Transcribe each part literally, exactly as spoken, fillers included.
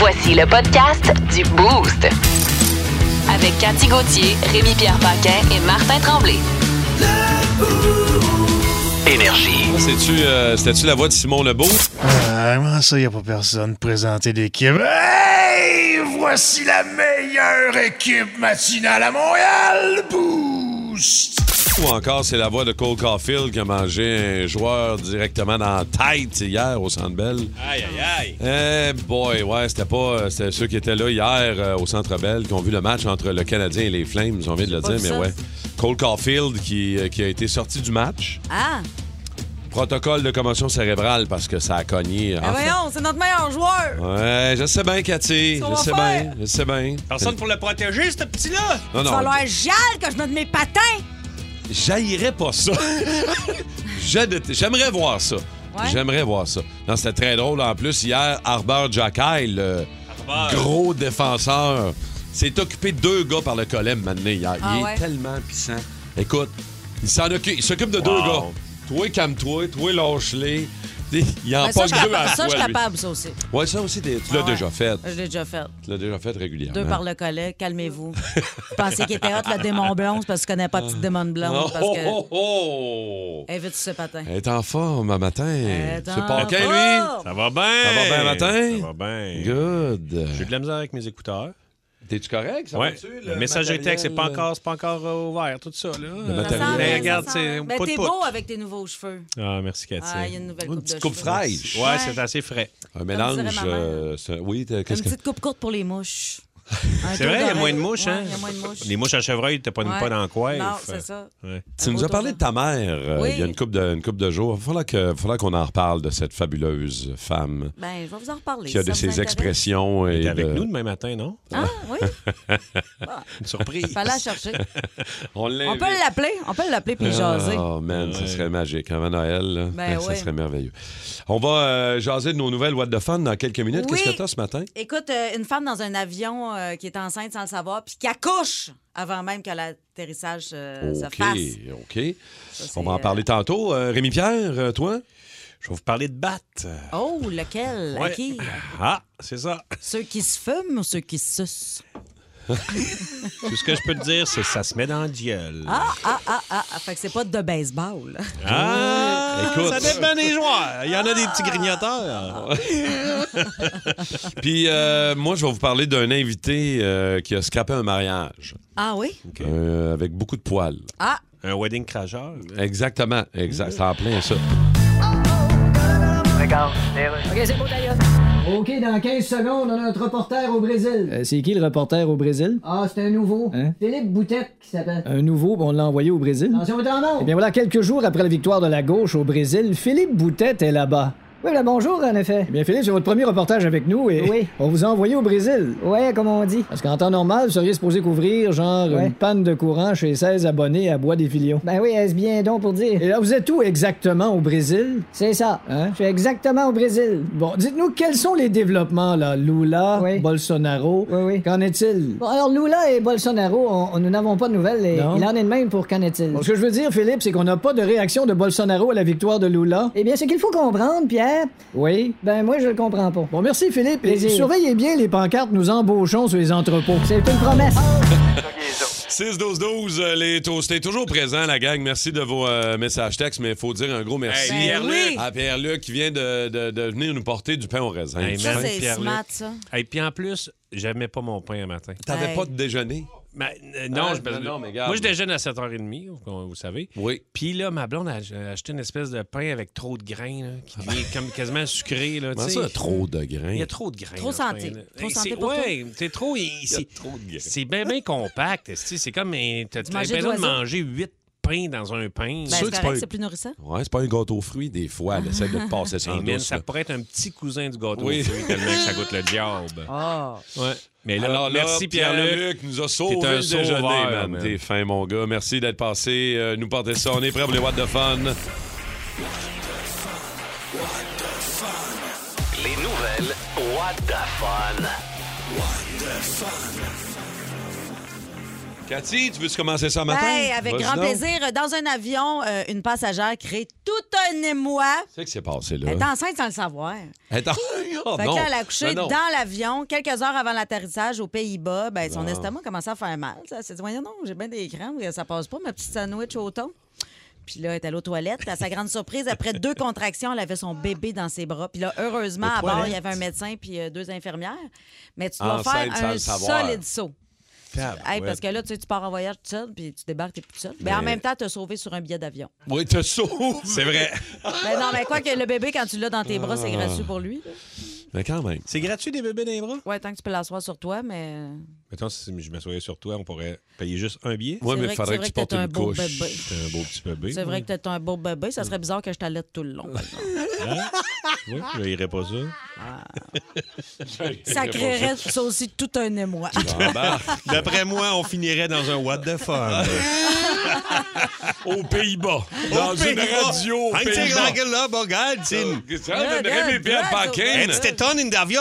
Voici le podcast du Boost. Avec Cathy Gauthier, Rémi-Pierre Paquin et Martin Tremblay. Énergie. C'est-tu, euh, c'était-tu la voix de Simon Lebeau? Ah, comment ça, il n'y a pas personne pour présenter l'équipe? Hey! Voici la meilleure équipe matinale à Montréal! Boost! Ou encore, c'est la voix de Cole Caulfield qui a mangé un joueur directement dans la tête hier au Centre Bell. Aïe, aïe, aïe. Eh boy, ouais, c'était pas... C'était ceux qui étaient là hier euh, au Centre Bell qui ont vu le match entre le Canadien et les Flames. On vient de le dire, mais ça. ouais. Cole Caulfield qui, qui a été sorti du match. Ah! Protocole de commotion cérébrale parce que ça a cogné. Ben Enfin. voyons, c'est notre meilleur joueur! Ouais, je sais bien, Cathy. Qu'est-ce qu'on Je va sais faire? bien, je sais bien. Personne pour le protéger, ce petit-là. Non, Il va non. falloir giale que je me de mes patins! J'haïrais pas ça. Je dé- J'aimerais voir ça. Ouais. J'aimerais voir ça. Non, c'était très drôle. En plus, hier, Arbor Jackay, le Arbor. gros défenseur, s'est occupé de deux gars par le collet maintenant hier. Ah il ouais? est tellement puissant. Écoute, il s'en occupe, il s'occupe de deux Wow. gars. Toi, calme-toi. Toi, lâche-les. Il en Ben, ça, pas je suis deux à la capable, ça, je fois, suis lui. capable, ça aussi. Ouais, ça aussi, t'es- tu l'as Ah ouais. déjà fait. Je l'ai déjà fait. Tu l'as déjà fait régulièrement. Deux par le collet, calmez-vous. Vous pensez qu'il était hot, le démon blonde, parce que tu connais pas la petite démon blonde. Oh, Parce que... oh, oh! Évite ce patin. Elle est en forme, un matin. est C'est en pas OK, lui? forme. Ça va bien. Ça va bien matin? Ça va bien. Good. J'ai de la misère avec mes écouteurs. T'es-tu correct? Ça Ouais. va-tu, Le messagerie texte, c'est pas matériel? encore, c'est pas encore euh, ouvert, tout ça. Là. Le Ça matériel. sent Mais bien, regarde, ça sent c'est bien. Ben, pas de t'es poutre. beau avec tes nouveaux cheveux. Ah, merci, Cathy. Ah, il y a une nouvelle Une coupe petite de coupe cheveux. fraîche. Ouais, c'est assez frais. Un mélange. dirait ma mère. euh, c'est- oui, t'as- Une qu'est-ce que. petite coupe courte pour les mouches. Un C'est tour vrai, il y a d'oreille. moins de mouches, Ouais, hein? il y a moins de mouches. Les mouches à chevreuil, t'as pas, Ouais. pas dans le coin. Non, c'est ça. Ouais. Tu Un nous beau as parlé de tour ta mère euh, Oui. il y a une couple de, une couple de jours. Il va falloir que- il va falloir qu'on en reparle de cette fabuleuse femme Ben, je vais vous en reparler. qui a si de ça vous ses intéresse. expressions. Elle Et est avec de- nous demain matin, non? Ah, oui? Une surprise. Fallait la chercher. On, On l'invite. peut l'appeler. On peut l'appeler puis jaser. Oh man, ça Ouais. serait magique. Avant Noël, là, Ben ben, ça oui. serait merveilleux. On va euh, jaser de nos nouvelles What the Fun dans quelques minutes. Oui. Qu'est-ce que t'as ce matin? Écoute, euh, une femme dans un avion euh, qui est enceinte sans le savoir, puis qui accouche avant même que l'atterrissage euh, se OK, fasse. OK. Ça, c'est, On va en euh, parler tantôt. Euh, Rémi-Pierre, euh, toi? Je vais vous parler de batte. Oh, lequel? À Ouais. qui? Ah, c'est ça. Ceux qui se fument ou ceux qui se sucent? Tout ce que je peux te dire, c'est que ça se met dans le gueule. Ah, ah, ah, ah, ah, fait que c'est pas de baseball. Ah, Écoute. ça dépend des joueurs. Il y en a des petits grignoteurs. Puis euh, moi, je vais vous parler d'un invité euh, qui a scrappé un mariage Ah oui? euh, avec beaucoup de poils. Ah, Un wedding crasheur. Exactement, exact. C'est en plein ça. OK, dans quinze secondes, on a notre reporter au Brésil. Euh, c'est qui le reporter au Brésil? Ah, c'est un nouveau. Hein? Philippe Boutette qui s'appelle. Un nouveau, on l'a envoyé au Brésil. Attention, vous êtes en Eh ordre. bien voilà, quelques jours après la victoire de la gauche au Brésil, Philippe Boutette est là-bas. Oui, là, bonjour, en effet. Eh bien Philippe, c'est votre premier reportage avec nous et Oui. on vous a envoyé au Brésil. Ouais, comme on dit. Parce qu'en temps normal, vous seriez supposé couvrir genre Ouais. une panne de courant chez seize abonnés à Bois-des-Filions. Ben oui, est-ce bien donc pour dire? Et là, vous êtes où exactement au Brésil? C'est ça. Hein? Je suis exactement au Brésil. Bon, dites-nous quels sont les développements là? Lula, Oui. Bolsonaro. Oui, oui. Qu'en est-il? Bon, alors, Lula et Bolsonaro, on, on- nous n'avons pas de nouvelles et Non. il en est de même pour qu'en est-il? Bon, ce que je veux dire, Philippe, c'est qu'on n'a pas de réaction de Bolsonaro à la victoire de Lula. Eh bien, ce qu'il faut comprendre, Pierre, Oui. ben moi, je le comprends pas. Bon, merci Philippe. Et Plaisir. surveillez bien les pancartes nous embauchons sur les entrepôts. C'est une promesse. six douze douze, euh, les toastés. Toujours présents, la gang. Merci de vos euh, messages textes, mais il faut dire un gros merci Hey, Ben oui. à Pierre-Luc qui vient de, de- de venir nous porter du pain au raisin. Hey, ça, man, c'est Pierre-Luc. smart, ça. Et puis en plus, j'aimais pas mon pain un matin. T'avais Hey. pas de déjeuner? Ben, euh, non, Ah, je, ben non, mais regarde. moi, je déjeune à sept heures trente, vous, vous savez. Oui. Puis là, ma blonde a a acheté une espèce de pain avec trop de grains, là, qui devient comme quasiment sucré. Là, Comment tu sais. ça, trop de grains? Il y a trop de grains. Trop dans ce santé. pain-là. Trop Hey, santé c'est- pour ouais, c'est trop. il- Il y a c'est- trop de grains. C'est bien, bien compact. tu sais, C'est comme. un- T'as Du manger l'impression de d'oiseau. manger huit pains dans un pain. Ben, sûr c'est que c'est correct, pas- c'est plus nourrissant. Ouais, c'est pas un gâteau aux fruits, des fois. Elle essaie de te passer ça en Hey, man, douce. ça là. pourrait être un petit cousin du gâteau Oui. aux fruits, tellement que ça goûte le diable. Oh. Ouais. Mais là, Alors là, merci Pierre-Luc. Pierre-Luc nous a sauvé T'es un le déjeuner, sauveur, man. man. T'es fin, mon gars. Merci d'être passé. euh, nous porter ça. On est prêts pour les What the Fun. Les nouvelles What? What the fun? Cathy, tu veux-tu commencer ça matin? Hey, avec Vas-y grand donc. plaisir. Dans un avion, euh, une passagère crée tout un émoi. C'est que c'est passé, là. Elle est enceinte sans le savoir. Elle est en- Oh, Fait non. que là, elle a couché Ben non. dans l'avion quelques heures avant l'atterrissage aux Pays-Bas. Ben, son Ah. estomac commençait à faire mal. Elle s'est dit, voyons non, j'ai bien des crampes, ça passe pas, ma petite sandwich au thon. Puis là, elle est allée aux toilettes. À sa grande surprise, après deux contractions, elle avait son bébé dans ses bras. Puis là, heureusement, Aux à bord, toilettes? il y avait un médecin puis euh, deux infirmières. Mais tu dois Enceinte faire sans un le savoir. solide saut. Hey, parce que là, tu sais, tu pars en voyage tout seul, puis tu débarques, t'es plus tout seul. Mais en Mais- même temps, t'as sauvé sur un billet d'avion. Oui, te sauve. C'est vrai. Ben non, mais quoi que le bébé, quand tu l'as dans tes bras, c'est Ah. gratuit pour lui. là. Mais quand même. C'est gratuit des bébés dans les bras? Ouais, tant que tu peux l'asseoir sur toi, mais. Mettons, si je m'assoyais sur toi, on pourrait payer juste un billet. Oui, C'est mais vrai il faudrait que- que, c'est tu vrai portes que t'as une un beau couche. bébé. C'est un beau petit bébé. C'est vrai que t'es un beau bébé. Ça serait bizarre que je t'allaite tout le long. par exemple. Hein? Oui, je n'irais pas ça. Ça créerait ça aussi tout un émoi. D'après moi, on finirait dans un what the fun. Aux Pays-Bas. Dans une Pays-Bas. radio aux Ein Pays-Bas. Tigel là, regarde, c'est une... Qu'est-ce que ça? De Rémi-Pierre Paquin. Un petit tonne d'avion.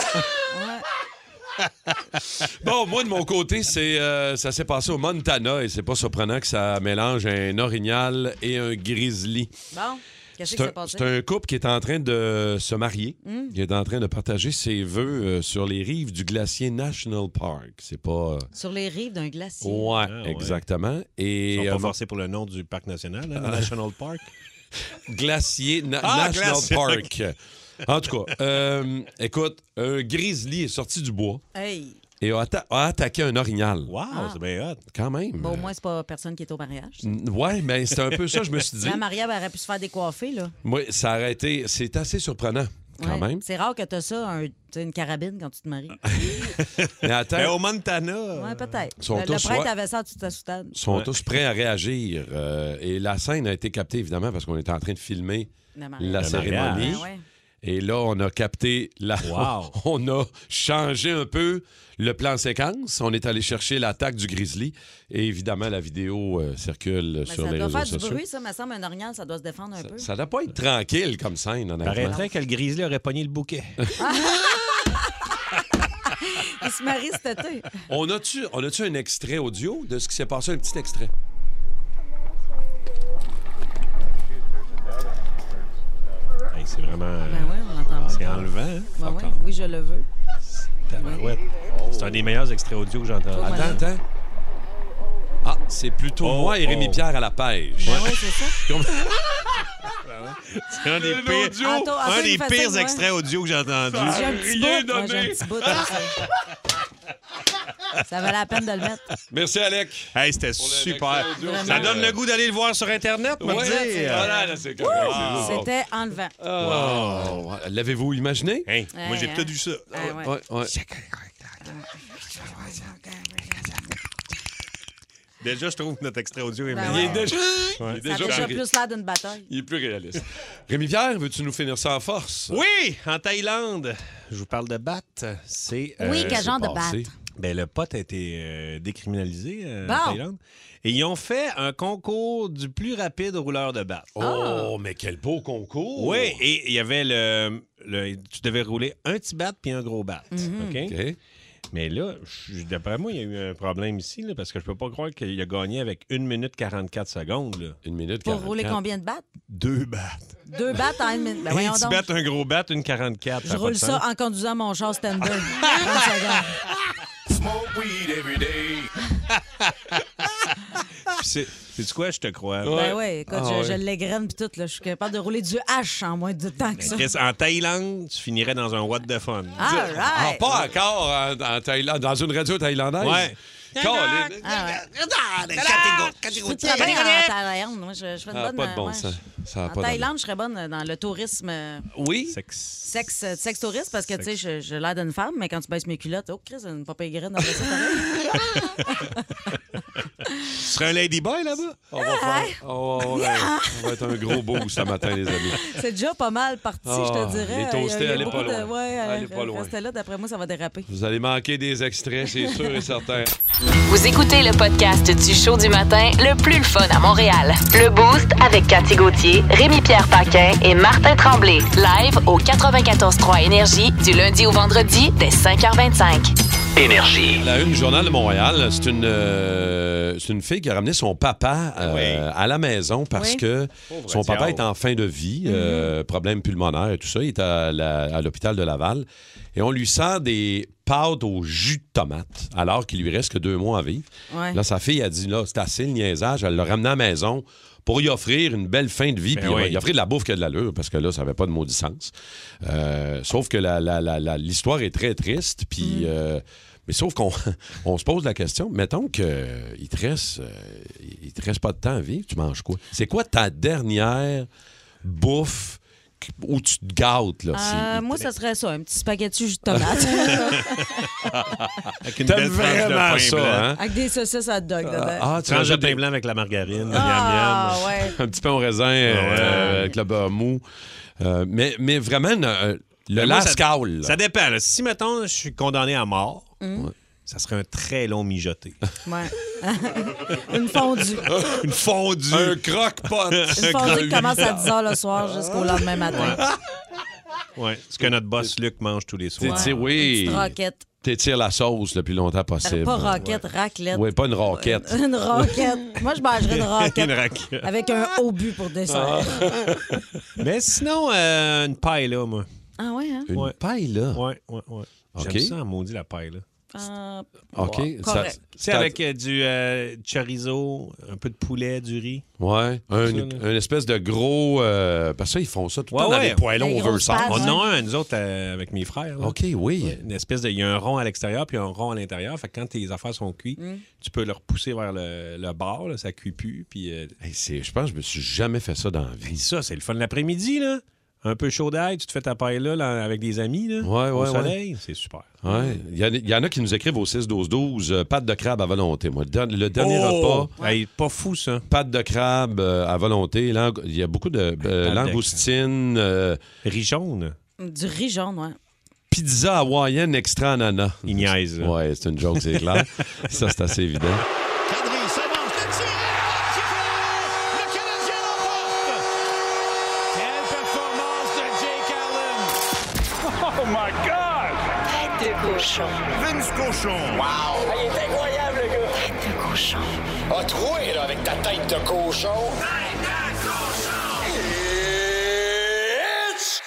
Bon, moi, de mon côté, c'est euh, ça s'est passé au Montana et c'est pas surprenant que ça mélange un orignal et un grizzly. Bon, qu'est-ce qui C'est s'est un, passé? c'est un couple qui est en train de se marier, Mm. qui est en train de partager ses vœux euh, sur les rives du glacier National Park. C'est pas... euh, Sur les rives d'un glacier. Ouais, Ah, ouais. exactement. Et Ils sont euh, pas forcés pour le nom du parc national, hein, le National Park. glacier na- Ah, National glacier. Park. En tout cas, euh, écoute, un grizzly est sorti du bois Hey. et a, atta- a attaqué un orignal. Wow, Ah. c'est bien hot. Quand même. Bon, au moins, c'est pas personne qui est au mariage. N- Ouais, mais c'est un peu ça, je me suis dit. La Maria elle aurait pu se faire décoiffer, là. Moi, ça aurait été... C'est assez surprenant, quand Ouais. même. C'est rare que t'as ça, un- t'as une carabine quand tu te maries. Mais attends, Mais au Montana... Ouais, peut-être. Sont Le, le tous, prêtre ouais. avait ça en dessous de ta soutane. ils sont Ouais. tous prêts à réagir. euh, et la scène a été captée, évidemment, parce qu'on était en train de filmer Le mariage. la Le cérémonie. Ben ouais. Et là, on a capté la. Wow. On a changé un peu le plan séquence. On est allé chercher l'attaque du grizzly. Et évidemment, la vidéo euh, circule Mais sur ça les doit réseaux faire du sociaux. bruit, ça. Me semble un orignal, ça doit se défendre un peu. Ça doit pas être tranquille comme scène, honnêtement. Paraîtrait que le grizzly aurait pogné le bouquet. Il se marie cet été. On a-tu on a-tu un extrait audio de ce qui s'est passé? Un petit extrait. Hey, c'est vraiment... Ben oui, on entend C'est bien. enlevant, hein? Ben ouais, oui, je le veux. Tabarouette. C'est un des meilleurs extraits audio que j'ai entendu. Oh, Attends, voilà. attends. Ah, c'est plutôt Oh, moi et Rémi oh. Pierre à la pêche. Ben oui, c'est ça. C'est un des Un pires, audio. Anto- Anto, un il des fait pires ça, ouais. extraits audio que j'ai entendus. J'ai un petit Rien bout. Moi, j'ai un donné. petit bout. hein, ça... ça valait la peine de le mettre. Merci, Alec. Hey, c'était Pour le super. extrait audio. Ça donne le goût d'aller le voir sur Internet, on va Ouais, te dire. voilà, là, c'est correct. C'est bon. C'était enlevant. Oh. L'avez-vous imaginé? Hey, moi, j'ai Ouais, peut-être hein. vu ça. Ah, ouais. Ouais, ouais. Déjà, je trouve que notre extrait audio est Ben Il meilleur. est déjà, il est Ça a déjà déjà ré- plus l'air d'une bataille. il est plus réaliste. Rémi Pierre, veux-tu nous finir ça en force? Oui, en Thaïlande. Je vous parle de bat. C'est. Oui, euh, quel genre de passé. batte? Ben, le pot a été euh, décriminalisé euh, Bon. en Thaïlande. Et ils ont fait un concours du plus rapide rouleur de batte. Oh, mais quel beau concours! Oui, et il y avait le, le- Tu devais rouler un petit bat puis un gros bat. OK? OK. Mais là, je- d'après moi, il y a eu un problème ici, là, parce que je peux pas croire qu'il a gagné avec une minute quarante-quatre secondes. Là. Une minute Pour quarante-quatre. rouler combien de battes? Deux battes. Deux battes en une minute. Ben un voyons petit donc. bat, un gros bat, une quarante-quatre. Je roule ça en conduisant mon char Standard. trente secondes. C'est quoi, je te crois? Ben oui, écoute, Ah je, ouais. je l'égrène puis tout. Là. Je suis capable de rouler du H en moins de temps que ça. Chris, en Thaïlande, tu finirais dans un what the fun. All Ah, right. pas encore en, en Thaïlande, dans une radio thaïlandaise? Ouais. Colin. Ah ouais. Je peux travailler en Thaïlande. Moi, je, je fais une Ça n'a bonne... pas de bon ouais, sens. je- Ça a En pas d'allure. Thaïlande, je serais bonne dans le tourisme euh, Oui? Sexe. sexe, euh, sexe touriste parce que, tu sais, je- j'ai l'air d'une femme, mais quand tu baisses mes culottes, oh, Chris, une papaye graine après ça, pareil. Tu serais un ladyboy là-bas? On va faire. Oh, on, va, on va être un gros boost ce matin, les amis. C'est déjà pas mal parti, je Ah, te dirais. les toastés, Il y a- il y a allez beaucoup pas de- loin. Ouais, Allez euh, pas loin. restez là, d'après moi, ça va déraper. Vous allez manquer des extraits, c'est sûr et certain. Vous écoutez le podcast du show du matin le plus le fun à Montréal. Le Boost avec Cathy Gauthier, Rémi-Pierre Paquin et Martin Tremblay. Live au quatre-vingt-quatorze trois Énergie du lundi au vendredi dès cinq heures vingt-cinq. Énergie. La une du Journal de Montréal, c'est une, euh, c'est une fille qui a ramené son papa euh, Oui. à la maison parce Oui. que Pauvre son papa diable. est en fin de vie, euh, problème pulmonaire et tout ça. Il est à, la- à l'hôpital de Laval. Et on lui sert des pâtes au jus de tomate alors qu'il lui reste que deux mois à vivre. Ouais. Là, sa fille a dit, là, c'est assez le niaisage. Elle l'a ramené à la maison pour y offrir une belle fin de vie. Ben Puis oui. il a offert de la bouffe qui a de l'allure parce que là, ça n'avait pas de maudit sens. Euh, sauf que la- la- la- la- l'histoire est très triste. Puis... euh, mais sauf qu'on on se pose la question, mettons qu'il euh, te reste, euh, il te reste pas de temps à vivre, tu manges quoi? C'est quoi ta dernière bouffe où tu te gâtes? Là, Euh, si- moi, ça serait ça, un petit spaghetti jus de tomate. Avec une T'aimes belle tranche de vraiment pain ça, blanc. hein? Avec des saucisses hot dog dedans. Ah, tu Tranche de rajoutes pain des- blanc avec la margarine. Ah, Miam, miam. ouais. un petit pain au raisin euh, avec le beurre mou. Euh, mais, mais vraiment, euh, le Mais moi, ça- lascal. là. Ça dépend. là. Si, mettons, je suis condamné à mort, Mm. ça serait un très long mijoté. Ouais. Une fondue. Une fondue. Un croque-pot. Une fondue qui commence à dix heures le soir jusqu'au lendemain matin. Ouais. Ce que notre boss Luc mange tous les soirs. T'étires, Une oui. petite roquette. T'étires la sauce le plus longtemps possible. Pas roquette, raclette. Oui, pas une roquette. Une roquette. Moi, je mangerais une roquette. Une raquette. Avec un haut but pour dessert. Mais sinon, euh, une paille, là, moi. Ah ouais, hein? Une Ouais. paille, là. Ouais, ouais, ouais. OK. J'aime ça, en maudit, la paille, là. Euh, OK. ouais, Ça- correct. C'est avec euh, du euh, chorizo, un peu de poulet, du riz. Ouais, un, Ça, là. un espèce de gros... euh, parce que ça, ils font ça tout le Ouais, temps dans ouais. les poêlons Des over grosses sauce. pâtes. On ouais. en a un, nous autres, euh, avec mes frères. là. OK, oui. Une espèce de... Il y a un rond à l'extérieur puis un rond à l'intérieur. Fait que quand tes affaires sont cuites, Mm. tu peux le repousser vers le, le bord. Là, ça cuit plus. Puis euh, Hey, c'est- je pense que je me suis jamais fait ça dans la puis vie. ça, c'est le fun de l'après-midi, là. Un peu chaud d'ail, tu te fais ta paille là, là, avec des amis, là, Ouais, au ouais, soleil. C'est super. Ouais. Il y, a- il y en a qui nous écrivent au six douze douze euh, pâte de crabe à volonté. Moi, le, der- le dernier Oh! repas, Hey, pas fou, ça. pâte de crabe euh, à volonté. Lang- Il y a beaucoup de euh, de langoustines, euh, Riz jaune. Du riz jaune, ouais. pizza hawaïenne extra ananas. Il niaise, là. Ouais, c'est une joke, c'est clair. Ça, c'est assez évident. Kadri s'avance, le tir est sifflé! Le Canadien l'emporte! Quelle performance de Jake Allen! Oh my God! Tête de cochon. Vince Cochon! Wow! Il est incroyable, le gars. Tête de cochon. A troué, là, avec ta tête de cochon! Tête de cochon! It's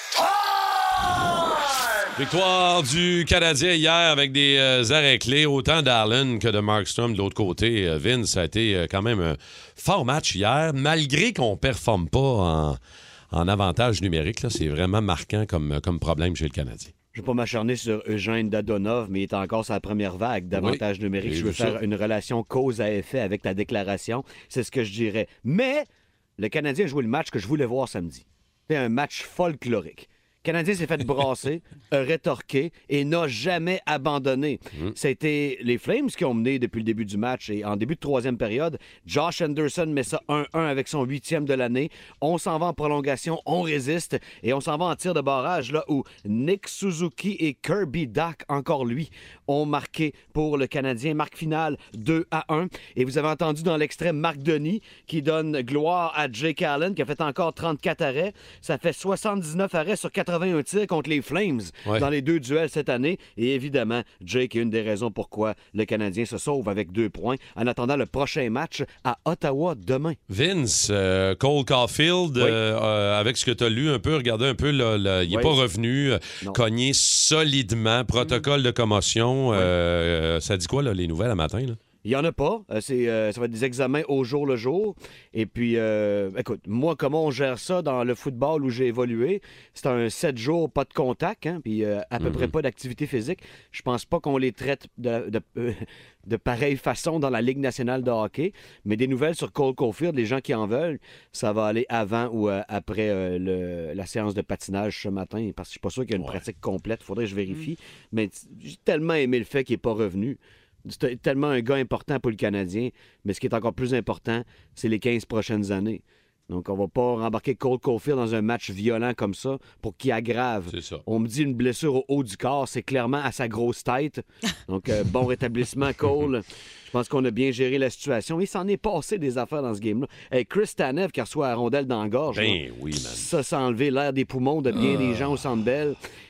time! Victoire du Canadien hier avec des euh, arrêts clés, autant d'Arlen que de Markstrom de l'autre côté. Euh, Vince, ça a été euh, quand même un fort match hier, malgré qu'on ne performe pas en, en avantage numérique. Là, c'est vraiment marquant comme, comme problème chez le Canadien. Je ne vais pas m'acharner sur Eugène Dadonov, mais il est encore sur la première vague d'avantage Oui, numérique. j'ai Je veux vu ça. faire une relation cause à effet avec ta déclaration. C'est ce que je dirais. Mais le Canadien a joué le match que je voulais voir samedi. C'est un match folklorique. Le Canadien s'est fait brasser, a rétorqué et n'a jamais abandonné. C'était les Flames qui ont mené depuis le début du match et en début de troisième période, Josh Anderson met ça un un avec son huitième de l'année. On s'en va en prolongation, on résiste et on s'en va en tir de barrage là où Nick Suzuki et Kirby Dach, encore lui, ont marqué pour le Canadien. Marque finale deux à un. Et vous avez entendu dans l'extrait Marc Denis qui donne gloire à Jake Allen qui a fait encore trente-quatre arrêts. Ça fait soixante-dix-neuf arrêts sur quatre-vingt-un tirs contre les Flames Ouais. dans les deux duels cette année. Et évidemment, Jake est une des raisons pourquoi le Canadien se sauve avec deux points en attendant le prochain match à Ottawa demain. Vince, euh, Cole Caulfield, Oui. euh, euh, avec ce que tu as lu un peu, regardez un peu, là, là, il n'est Oui. pas revenu, euh, Non. cogné solidement, protocole de commotion. euh, ça dit quoi, là, les nouvelles à matin? Là? Il n'y en a pas. Euh, c'est, euh, ça va être des examens au jour le jour. Et puis, euh, écoute, moi, comment on gère ça dans le football où j'ai évolué? C'est un sept jours, pas de contact, hein, puis euh, à peu près pas d'activité physique. Je pense pas qu'on les traite de, de, euh, de pareille façon dans la Ligue nationale de hockey. Mais des nouvelles sur Cole Caulfield, les gens qui en veulent, ça va aller avant ou euh, après euh, le- la séance de patinage ce matin, parce que je suis pas sûr qu'il y a une Ouais. pratique complète. Il faudrait que je vérifie. Mais t- j'ai tellement aimé le fait qu'il n'est pas revenu. C'est tellement un gars important pour le Canadien, mais ce qui est encore plus important, c'est les quinze prochaines années. Donc, on va pas rembarquer Cole Caulfield dans un match violent comme ça pour qu'il aggrave. C'est ça. On me dit une blessure au haut du corps, c'est clairement à sa grosse tête. Donc, euh, bon rétablissement, Cole. Je pense qu'on a bien géré la situation. Il s'en est passé des affaires dans ce game-là. Hey, Chris Tanev qui reçoit la rondelle dans la gorge. Ben là, oui, man. ça, ça a enlevé l'air des poumons de bien des gens au Centre Bell.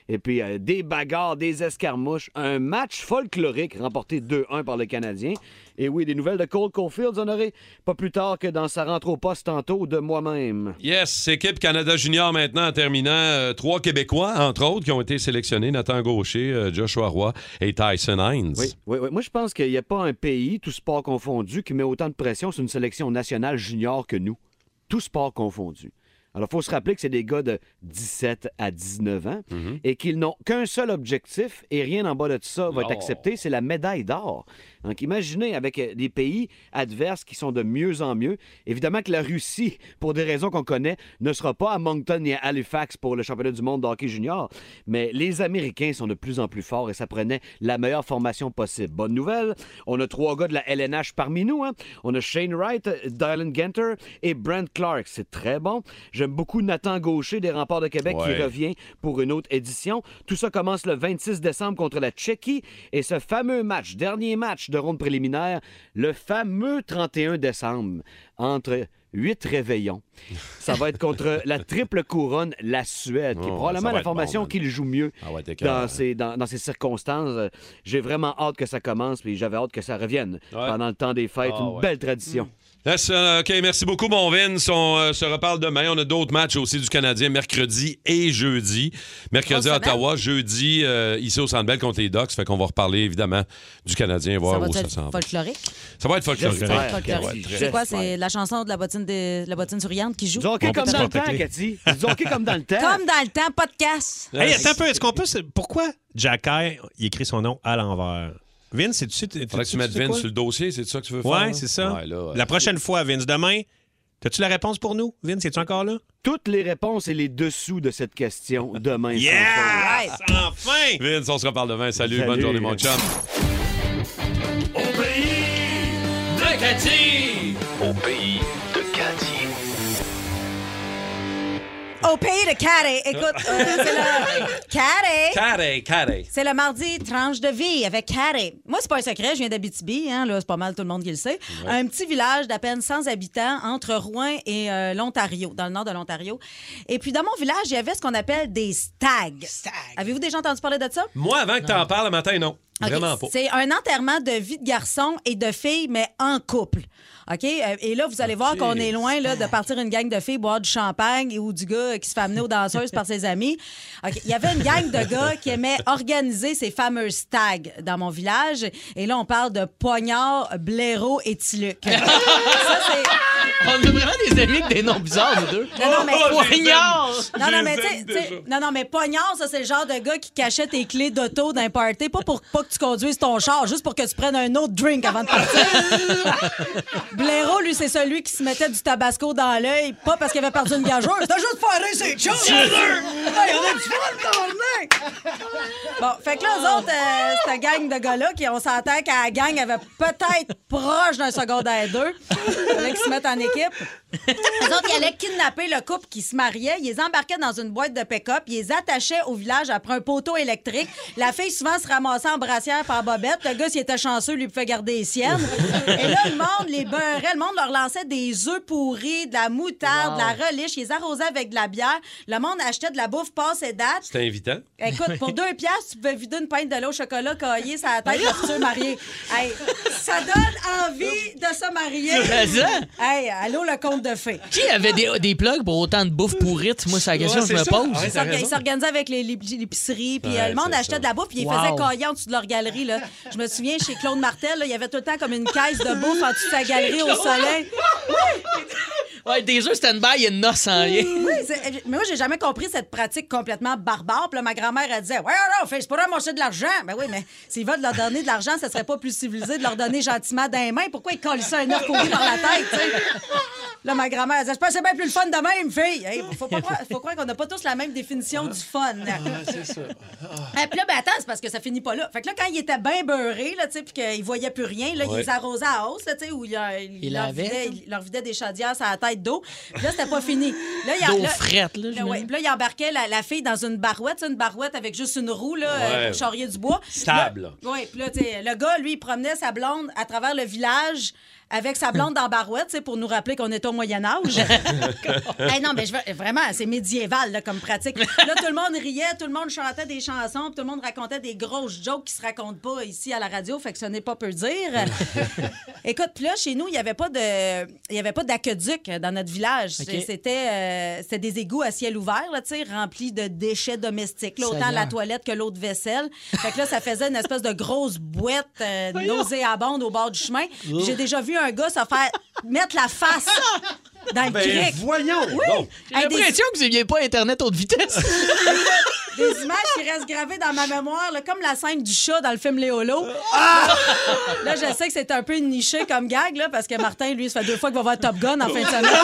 Et puis, euh, des bagarres, des escarmouches. Un match folklorique remporté deux un par le Canadien. Et oui, des nouvelles de Cole Caulfield, vous en aurez pas plus tard que dans sa rentre au poste tantôt de moi-même. Yes, équipe Canada Junior maintenant en terminant. Euh, trois Québécois, entre autres, qui ont été sélectionnés. Nathan Gaucher, euh, Joshua Roy et Tyson Hines. Oui, oui, oui. Moi, je pense qu'il n'y a pas un pays, tout sport confondu, qui met autant de pression sur une sélection nationale junior que nous. Tout sport confondu. Alors, il faut se rappeler que c'est des gars de dix-sept à dix-neuf ans mm-hmm. et qu'ils n'ont qu'un seul objectif et rien en bas de ça va être accepté, c'est la médaille d'or. Donc, imaginez avec des pays adverses qui sont de mieux en mieux. Évidemment que la Russie, pour des raisons qu'on connaît, ne sera pas à Moncton ni à Halifax pour le championnat du monde de hockey junior. Mais les Américains sont de plus en plus forts et ça prenait la meilleure formation possible. Bonne nouvelle, on a trois gars de la L N H parmi nous. Hein? On a Shane Wright, Dylan Genter et Brent Clark. C'est très bon. J'aime beaucoup Nathan Gaucher des Remparts de Québec ouais. qui revient pour une autre édition. Tout ça commence le vingt-six décembre contre la Tchéquie et ce fameux match, dernier match de ronde préliminaire, le fameux trente et un décembre, entre huit réveillons. Ça va être contre la triple couronne, la Suède, qui est oh, probablement la formation bon, qu'il joue mieux ah ouais, dans, ces, dans, dans ces circonstances. J'ai vraiment hâte que ça commence, puis j'avais hâte que ça revienne ouais. pendant le temps des fêtes. Oh, une ouais. belle tradition. Mmh. Yes, uh, OK, merci beaucoup, mon Vince. On euh, se reparle demain. On a d'autres matchs aussi du Canadien, mercredi et jeudi. Mercredi à Ottawa, jeudi euh, ici au Centre Bell contre les Ducks. Fait qu'on va reparler, évidemment, du Canadien, voir ça où ça s'en va. Folklorique? Ça va être folklorique. folklorique. C'est quoi? C'est la chanson de la bottine, de, la bottine souriante qui joue? Du hockey comme dans le temps, Cathy. Du hockey comme dans le temps. Comme dans le temps, pas de casse. Hey, attends un peu. Est-ce qu'on peut... Pourquoi Jacky, il écrit son nom à l'envers? Vince, c'est tu sais. Faudrait que tu mettes Vince quoi? Sur le dossier, c'est ça que tu veux faire? Oui, c'est ça. Ouais, là, la prochaine fois, Vince, demain, as-tu la réponse pour nous? Vince, es-tu encore là? Toutes les réponses et les dessous de cette question demain. Yes! Enfin! Vince, on se reparle demain. Salut, Salut. Bonne journée, mon chum. Au pays de Cathy! Au pays de Cathy. Au pays de Carré. Écoute, euh, c'est le... Carré. Carré, Carré. C'est le mardi tranche de vie avec Carré. Moi, c'est pas un secret, je viens d'Abitibi, hein, là, c'est pas mal tout le monde qui le sait. Ouais. Un petit village d'à peine cent habitants entre Rouen et euh, l'Ontario, dans le nord de l'Ontario. Et puis, dans mon village, il y avait ce qu'on appelle des stags. Stag. Avez-vous déjà entendu parler de ça? Moi, avant que tu en parles le matin, non. Okay. Vraiment pas. C'est un enterrement de vie de garçon et de fille, mais en couple. OK? Et là, vous allez okay. voir qu'on est loin là, de partir une gang de filles boire du champagne ou du gars qui se fait amener aux danseuses par ses amis. Okay. Il y avait une gang de gars qui aimaient organiser ces fameuses stags dans mon village. Et là, on parle de Poignard, Blaireau et Tiluc. Ça, c'est... On a vraiment des amis avec des noms bizarres, nous deux. Non, non, mais... Oh, Poignard! Non, non, mais tu sais... Non, non, mais Poignard, ça, c'est le genre de gars qui cachait tes clés d'auto d'un party, pas pour pas que tu conduises ton char, juste pour que tu prennes un autre drink avant de partir. Blaireau, lui, c'est celui qui se mettait du tabasco dans l'œil, pas parce qu'il avait perdu une gageure, c'était juste pour aller ses chums! Hey, on a du fun, tabarnak! Bon, fait que là, eux autres, euh, cette gang de gars-là, qui on s'entend qu'à la gang avait peut-être proche d'un secondaire deux, il fallait qu'ils se mettent en équipe. Les autres, ils allaient kidnapper le couple qui se mariait. Ils les embarquaient dans une boîte de pick-up. Ils les attachaient au village après un poteau électrique. La fille, souvent, se ramassait en brassière par bobette. Le gars, s'il était chanceux, lui pouvait garder les siennes. Et là, le monde les beurrait. Le monde leur lançait des œufs pourris, de la moutarde, wow. de la relish. Ils les arrosaient avec de la bière. Le monde achetait de la bouffe passe et date. C'était invitant. Écoute, pour deux piastres, tu pouvais vider une pinte de lait au chocolat caillé sur la tête de la future mariée. Hey, ça donne envie de se marier. Hey, allô, le conte de fées. Qui avait des, des plugs pour autant de bouffe pourrite? Moi, c'est la question ouais, que je me pose. Ouais, ils s'organisaient avec les, les, l'épicerie, puis ouais, euh, le monde achetait ça. De la bouffe, puis ils wow. faisaient cailler en dessous de leur galerie. Là. Je me souviens, chez Claude Martel, là, il y avait tout le temps comme une caisse de bouffe en dessous de sa galerie au soleil. Ouais, des œufs stand-by, il y a une noce en rien. Oui, mais moi, j'ai jamais compris cette pratique complètement barbare. Puis là, ma grand-mère, elle disait, ouais, non, c'est pour ramasser de l'argent. Ben oui, mais s'ils veulent leur donner de l'argent, ça serait pas plus civilisé de leur donner gentiment dans les mains. Pourquoi ils collent ça un œuf pourri dans la tête, tu sais? Là, ma grand-mère, elle disait, je pense que c'est bien plus le fun de même, fille. Hey, faut, pas croire, faut croire qu'on n'a pas tous la même définition du fun. Ah, c'est ça. Et puis là, ben attends, c'est parce que ça finit pas là. Fait que là, quand ils étaient bien beurrés, là, tu sais, puis qu'ils voyaient plus rien, là, ouais. ils les arrosaient à hausse, là, tu sais, où ils il leur, vidaient, leur vidaient des chaudières sur la tête d'eau. Puis là, c'était pas fini. Là, il d'eau frette, là. Là, ouais, puis là, il embarquait la, la fille dans une barouette, une barouette avec juste une roue, là, ouais. euh, pour charrier du bois. Stable. Oui, puis là, tu sais, le gars, lui, il promenait sa blonde à travers le village avec sa blonde dans barouette, tu sais, pour nous rappeler qu'on est au Moyen-Âge. Hey, non, mais je veux- vraiment, c'est médiéval là, comme pratique. Là, tout le monde riait, tout le monde chantait des chansons, puis tout le monde racontait des grosses jokes qui se racontent pas ici à la radio, fait que ce n'est pas peu dire. Écoute, puis là, chez nous, il n'y avait pas de, il y avait pas d'aqueduc dans notre village. OK. C'était, euh, c'était des égouts à ciel ouvert, là, tu sais, remplis de déchets domestiques. Là, autant Seigneur. la toilette que l'eau de vaisselle. Fait que là, ça faisait une espèce de grosse bouette euh, nauséabonde au bord du chemin. Puis j'ai déjà vu un gars se faire mettre la face dans le Ben, cric. voyons! Oui. Bon. J'ai Hey, des, l'impression que vous n'aviez pas Internet haute vitesse. des images qui restent gravées dans ma mémoire, là, comme la scène du chat dans le film Léolo. Là, je sais que c'est un peu niché comme gag, là, parce que Martin, lui, ça fait deux fois qu'il va voir Top Gun en fin de semaine.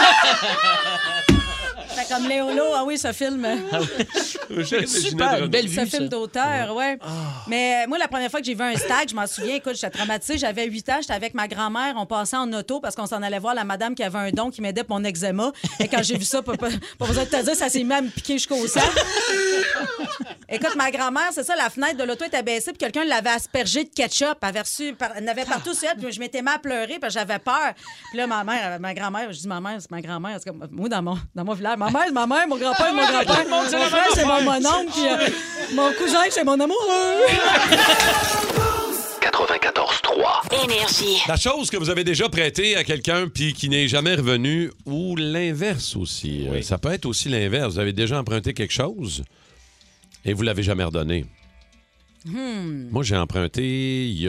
Fait comme Léolo, ah oui, ce film. Super, belle vue, Ce ça. film d'auteur, ouais. Mais euh, moi, la première fois que j'ai vu un stag, je m'en souviens, écoute, j'étais traumatisée. J'avais huit ans, j'étais avec ma grand-mère. On passait en auto parce qu'on s'en allait voir la madame qui avait un don qui m'aidait pour mon eczéma. Et quand j'ai vu ça, pas, pas, pas besoin de te dire, ça s'est mis à me piquer jusqu'au sang. Écoute, ma grand-mère, c'est ça, la fenêtre de l'auto était baissée, puis quelqu'un l'avait aspergé de ketchup. Elle avait reçu, par- elle en avait partout sur elle, puis je m'étais mis à pleurer, parce que j'avais peur. Puis là, ma mère, ma grand-mère, je dis ma mère, c'est ma grand-mère. C'est comme, moi, dans mon, dans mon village, ma mère, c'est ma mère, mon grand-père, c'est mon grand-père. Mon frère, c'est mon mononcle, puis euh, mon cousin, c'est mon amoureux. quatre-vingt-quatorze trois. Énergie. La chose que vous avez déjà prêtée à quelqu'un puis qui n'est jamais revenu, ou l'inverse aussi. Euh, ça peut être aussi l'inverse. Vous avez déjà emprunté quelque chose et vous l'avez jamais redonné. Hmm. Moi, j'ai emprunté il y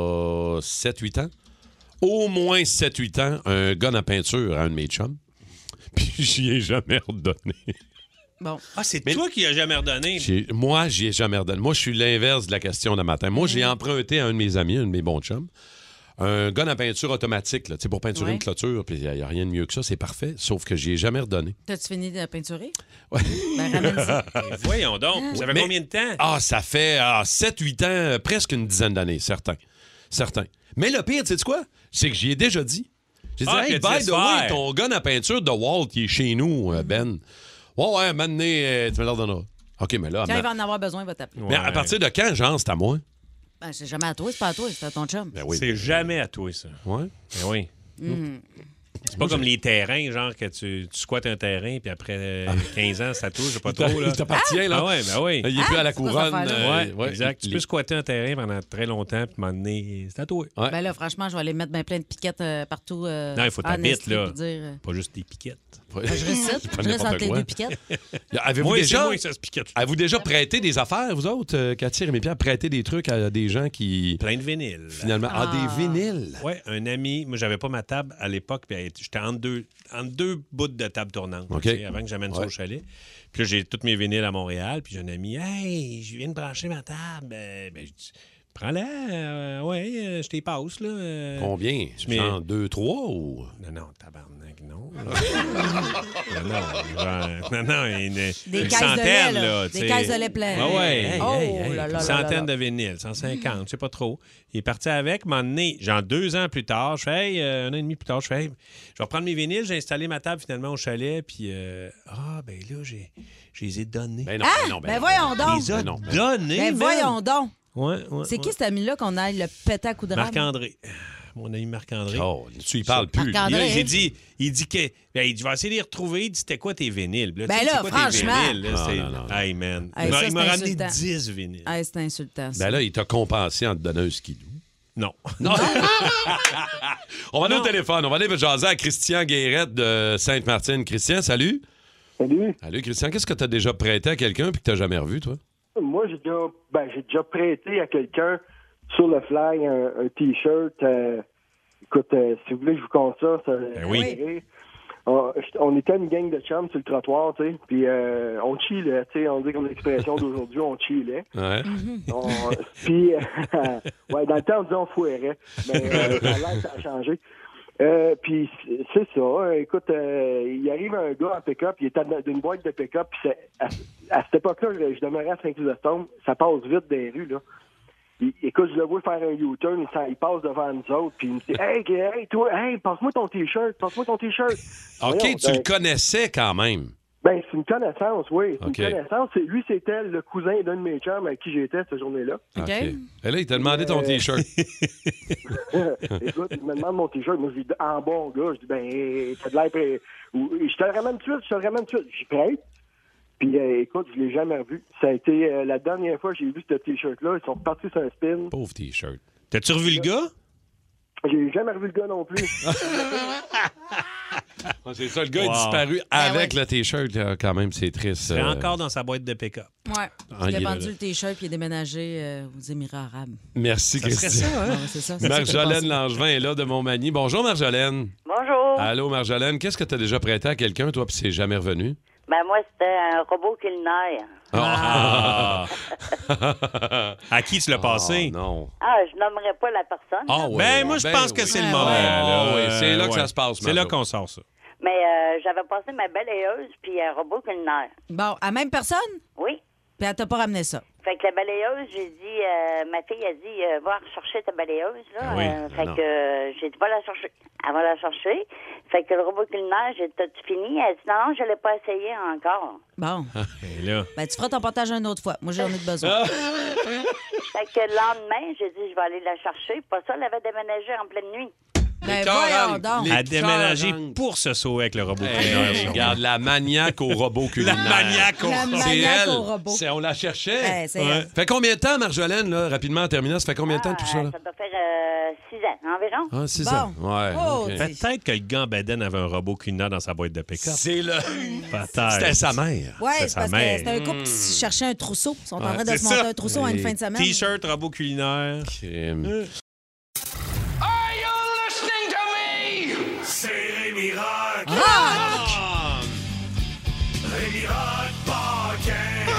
a sept huit ans, au moins sept huit ans, un gun à peinture à un de mes chums. Puis j'y ai jamais redonné. Bon. Ah, c'est toi qui as jamais redonné. J'ai- Moi, j'y ai jamais redonné. Moi, je suis l'inverse de la question de matin. Moi, j'ai emprunté à un de mes amis, un de mes bons chums, un gun à peinture automatique, là, tu sais, pour peinturer Ouais. une clôture. Puis il n'y a rien de mieux que ça, c'est parfait. Sauf que j'y ai jamais redonné. T'as-tu fini de peinturer? Ouais. Ben, ramène-y. Eh, voyons donc. Ça fait Mais- combien de temps? Ah, ça fait ah, sept huit ans, euh, presque une dizaine d'années, certains. Certains. Mais le pire, tu sais quoi? C'est que j'y ai déjà dit. J'ai dit, Ah, hey, que tu by laisses the way, faire. ton gun à peinture de Walt, il est chez nous, euh, Ben. Ouais, ouais, maintenant, euh, tu me le redonneras. OK, mais là... Quand il ma- va en avoir besoin, il va t'appeler. Mais à partir de quand, genre, c'est à moi? Ben, c'est jamais à toi, c'est pas à toi, c'est à ton chum. Ben oui. C'est jamais à toi, ça. Ouais. Ben oui. Mm. C'est pas comme les terrains, genre que tu, tu squattes un terrain, puis après euh, quinze ans, ça touche, pas Il t'a- trop. Là. il t'appartient, là. Ah ouais, ben oui. Il est plus à la c'est quoi couronne. cette affaire-là? euh, Ouais, exact. Tu les- peux squatter un terrain pendant très longtemps, puis m'emmener. C'est à toi. Ouais. Ben là, franchement, je vais aller mettre ben plein de piquettes euh, partout. euh, Non, il faut en t'habiter, Estrie, là. puis dire, euh, Pas juste des piquettes. Ouais. ben, je récite, Pas je reste n'importe entre les quoi. deux piquettes. Avez-vous Moi, déjà, c'est moi, ça se piquette. avez-vous déjà prêté des affaires, vous autres, euh, Cathy, Rémi Pierre, prêté des trucs à des gens qui, Plein de vinyles. finalement... Ah, des vinyles. Ouais, un ami. Moi, j'avais pas ma table à l'époque, puis elle- j'étais entre deux, entre deux bouts de table tournante, OK. tu sais, avant que j'amène ça Ouais. au chalet. Puis là, j'ai tous mes vinyles à Montréal, puis j'ai un ami, hey, je viens de brancher ma table. Euh, ben, je dis, prends-la, euh, ouais, euh, je t'y passe, là. euh. Combien? mets- Genre deux, trois ou... Non, non, tabarnak, non. non, non, genre- non, non, une, Des une caisses de centaine, lait, là. là. Des tu sais. caisses de lait pleines. Ah ouais. Hey, Oh hey, hey. là là Une là là centaine là. de vinyles, cent cinquante, je sais pas trop. Il est parti avec, m'en donné, genre deux ans plus tard, je fais, hey, euh, un an et demi plus tard, je fais, hey, je vais reprendre mes vinyles, j'ai installé ma table finalement au chalet, puis euh, ah, ben là, j'ai, je les ai donnés. Ben non, Ah! ben non, Ben voyons Je donc. les ai Ben non, ben- donnés, Ben man. voyons donc. Ouais, ouais, C'est ouais. qui cet ami-là qu'on aille le péter à coups de rame? Marc-André. Mon ami Marc-André. Oh, tu y parles plus. Marc-André. Il a- J'ai dit, il dit que, ben, il dit, je vais essayer de les retrouver. Il dit, c'était quoi tes vinyles? Puis Ben tu sais, là, c'est quoi tes franchement. vinyles, là? Non, C'est- non, non. Hey, man. Hey, il m'a, ça, il m'a c'est ramené insultant. dix vinyles. Hey, c'est insultant, ça. Ben là, il t'a compensé en te donnant un skidoo. Non. Non. On va aller au téléphone. On va aller jaser à Christian Guérette de Sainte-Martine. Christian, salut. Salut. Salut, Christian. Qu'est-ce que tu as déjà prêté à quelqu'un puis que tu n'as jamais revu, toi? Moi, j'ai déjà, ben, j'ai déjà prêté à quelqu'un sur le fly un, un T-shirt. euh, écoute, euh, si vous voulez que je vous compte ça, ça Ben oui. ça fait rire. On, on était une gang de chums sur le trottoir, tu sais, puis euh, on chillait, tu sais, on dit comme l'expression d'aujourd'hui, on chillait. Ouais. On- Puis, euh, ouais, dans le temps, on disait on fouerait, mais euh, ça a l'air que ça a changé. Euh, puis c'est- c'est ça. Écoute, euh, il arrive un gars en pick-up, il était dans- d'une boîte de pick-up, puis c'est- à, à cette époque-là, je, je demeurais à Saint-Chrysostome, ça passe vite des rues, là. Il- écoute, je le vois faire un U-turn, il, s'en- il passe devant nous autres, puis il me dit « Hey, hey, toi, hey, passe-moi ton T-shirt, passe-moi ton T-shirt. » OK, Voyons, tu ben, le connaissais quand même. Ben, c'est une connaissance, oui. C'est OK. une connaissance. C'est- Lui, c'était le cousin d'un de mes chums avec qui j'étais cette journée-là. OK. Et là, il t'a demandé ton Euh, T-shirt. Écoute, il me demande mon T-shirt. Moi, je dis, en bon gars, je dis, ben, ça de l'air prêt. Ou- Je te le ramène tout de suite, je te le ramène tout de suite. J'y prête. Puis, euh, écoute, je l'ai jamais revu. Ça a été euh, la dernière fois que j'ai vu ce T-shirt-là. Ils sont repartis sur un spin. Pauvre T-shirt. T'as-tu revu le gars? J'ai jamais revu le gars non plus. Ah, c'est ça, le gars Wow. est disparu Ben avec ouais. le T-shirt. là, Quand même, c'est triste. C'est euh. encore dans sa boîte de pick-up. Ouais. Ah, il a il est vendu là, le T-shirt puis il est déménagé euh, aux Émirats arabes. Merci, Ça serait Christian. ça, hein? Ouais, c'est ça. c'est ça qui s'est Marjolaine passé. Langevin est là de Montmagny. Bonjour, Marjolaine. Bonjour. Allô, Marjolaine. Qu'est-ce que tu as déjà prêté à quelqu'un, toi, puis c'est jamais revenu? Ben moi, c'était un robot culinaire. Ah! À qui tu l'as passé? Oh, non. Ah, je nommerai pas la personne. Ah, oui, Ben, moi, je ben pense que oui. c'est le Ben moment. ouais. là. Ah, oui, c'est là que Ouais. ça se passe, C'est là Marjo. qu'on sort ça. Mais euh, j'avais passé ma balayeuse puis un robot culinaire. Bon, à même personne? Oui. Puis elle t'a pas ramené ça. Fait que la balayeuse, j'ai dit, euh, ma fille a dit, euh, va rechercher ta balayeuse, là. Ah oui, Euh, fait non. que euh, j'ai dit, va la chercher. Elle va la chercher. Fait que le robot culinaire, j'ai dit, t'as-tu fini? Elle dit, non, non, je l'ai pas essayé encore. Bon. Et là, Ben, tu feras ton partage une autre fois. Moi, j'en ai de besoin. Fait que le lendemain, j'ai dit, je vais aller la chercher. Pas ça, elle avait déménagé en pleine nuit. Ben, Les voyons cœurs, donc. les à déménager cœurs, pour se sauver avec le robot Hey, culinaire. sûrement. regarde, la maniaque au robot La culinaire. maniaque au La robot. C'est maniaque elle. au robot. C'est- on la cherchait. Ouais, c'est Ouais. elle. Fait combien de temps, Marjolaine, là, rapidement en terminant? Ça fait combien de temps tout ça? Ah, Là? ça doit faire euh, six ans environ. Ah, six Bon. ans. Ouais. Oh, ok. tu- Peut-être que le gars en bedaine avait un robot culinaire dans sa boîte de pick-up. C'est le. Peut-être. C'était sa mère. Ouais, C'est c'est sa parce que mère. c'était un couple qui cherchait un trousseau. Ils sont en Ouais, train de c'est se monter ça. un trousseau à une Oui. fin de semaine. T-shirt, robot culinaire. Crime. Are you listening to me? C'est Rémi Rock. Ah! Rémi Rock Paquin.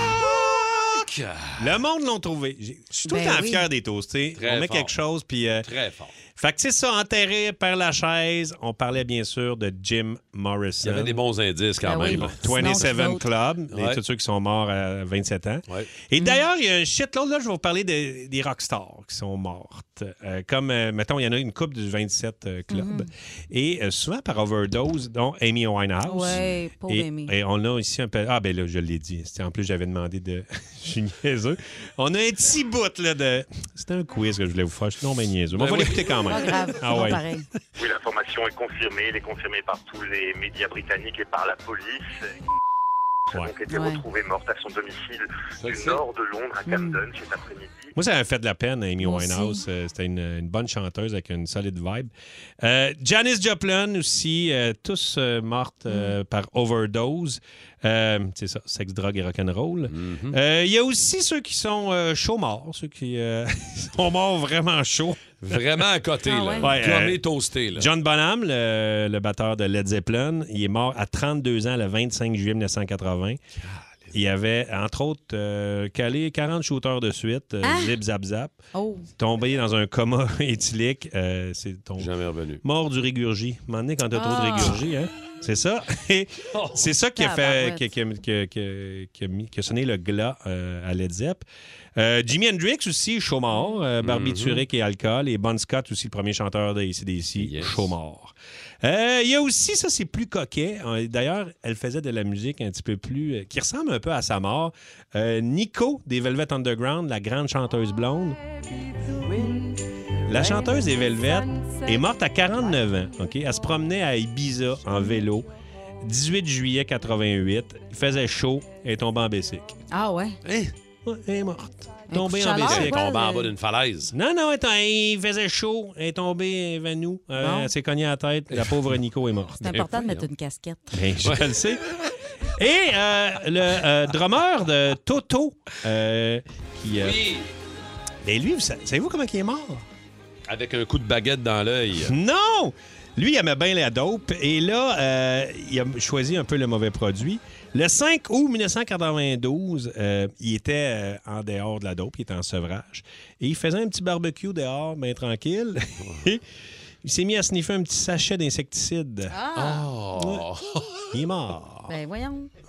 Le monde l'ont trouvé. J'ai- Je suis tout le Ben temps oui. fier des toastés. Très On met fort. quelque chose, puis... euh, Très fort. Fait que c'est ça, enterré par la chaise. On parlait bien sûr de Jim Morrison. Il y avait des bons indices quand Ben oui. même. là. vingt-sept Sinon, Club, et Ouais. tous ceux qui sont morts à vingt-sept ans. Ouais. Et d'ailleurs, il y a un shitload, là, je vais vous parler de- des rockstars qui sont mortes. Euh, comme, euh, mettons, il y en a une couple du vingt-sept euh, Club. Et euh, souvent par overdose, dont Amy Winehouse. Ouais, pauvre et, Amy. et on a ici un peu... Ah, ben là, je l'ai dit. C'était- En plus, j'avais demandé de... Je suis niaiseux. On a un petit bout, là, de... C'était un quiz que je voulais vous faire. Je suis non, mais niaiseux. Mais on Ben va oui. l'écouter quand même. Pas grave, c'est Ah pas ouais. pareil. Oui, l'information est confirmée. Elle est confirmée par tous les médias britanniques et par la police. Elle a Ouais. donc été Ouais. retrouvée morte à son domicile Ça, du c'est- nord de Londres, à Camden, cet après-midi. Moi, ça m'a fait de la peine, Amy Moi Winehouse. aussi. Euh, C'était une, une bonne chanteuse avec une solide vibe. Euh, Janis Joplin aussi, euh, tous euh, mortes euh, par overdose. Euh, c'est ça, sexe, drogue et rock'n'roll. Euh, Il y a aussi ceux qui sont euh, chauds morts, ceux qui euh, sont morts vraiment chauds. Vraiment à côté, Ah là. ouais? Ouais, Gommé euh, toasté, là. John Bonham, le, le batteur de Led Zeppelin, il est mort à trente-deux ans le vingt-cinq juillet mille neuf cent quatre-vingts. Il avait, entre autres, euh, calé quarante shooters de suite, euh, Ah! zip, zap, zap. Oh. Tombé dans un coma éthylique. Euh, c'est ton... Jamais revenu. Mort du régurgie. À un moment donné, quand t'as trop de Ah. régurgie, hein? C'est ça. Et c'est ça qui a fait, Tabarouette. qui, a- qui a- qui a- qui a mis- qui a sonné le glas euh, à Led Zepp. Euh, Jimi Hendrix aussi, chaud mort. Euh, barbiturique et alcool. Et Bon Scott aussi, le premier chanteur de A C D C, Yes. chaud mort. Euh, Il y a aussi, ça c'est plus coquet. Euh, D'ailleurs, elle faisait de la musique un petit peu plus... euh, qui ressemble un peu à sa mort. Euh, Nico des Velvet Underground, la grande chanteuse blonde. La chanteuse des Velvet est morte à quarante-neuf ans. OK? Elle se promenait à Ibiza en vélo. dix-huit juillet quatre-vingt-huit. Il faisait chaud. Elle est tombée en Bessic. Ah ouais? Hein? Ouais, elle est morte. Un Tombée coup de en chaleur, Bessic. quoi, Tombé en le- bas d'une falaise. Non, non, attends, il faisait chaud. Elle est tombée évanouie. Euh, Bon. Elle s'est cognée à la tête. La pauvre Nico est morte. C'est important de mettre une casquette. Ben, je le sais. Et euh, le euh, drummer de Toto, euh, qui... euh, Oui. ben lui, vous sa- savez-vous comment il est mort? Avec un coup de baguette dans l'œil. Non! Lui, il aimait bien la dope. Et là, euh, il a choisi un peu le mauvais produit. Le cinq août mille neuf cent quatre-vingt-douze, euh, il était euh, en dehors de la dope. Il était en sevrage. Et il faisait un petit barbecue dehors, bien tranquille. Il s'est mis à sniffer un petit sachet d'insecticide. Ah! Oh. Il est mort. Ben voyons. Ouais.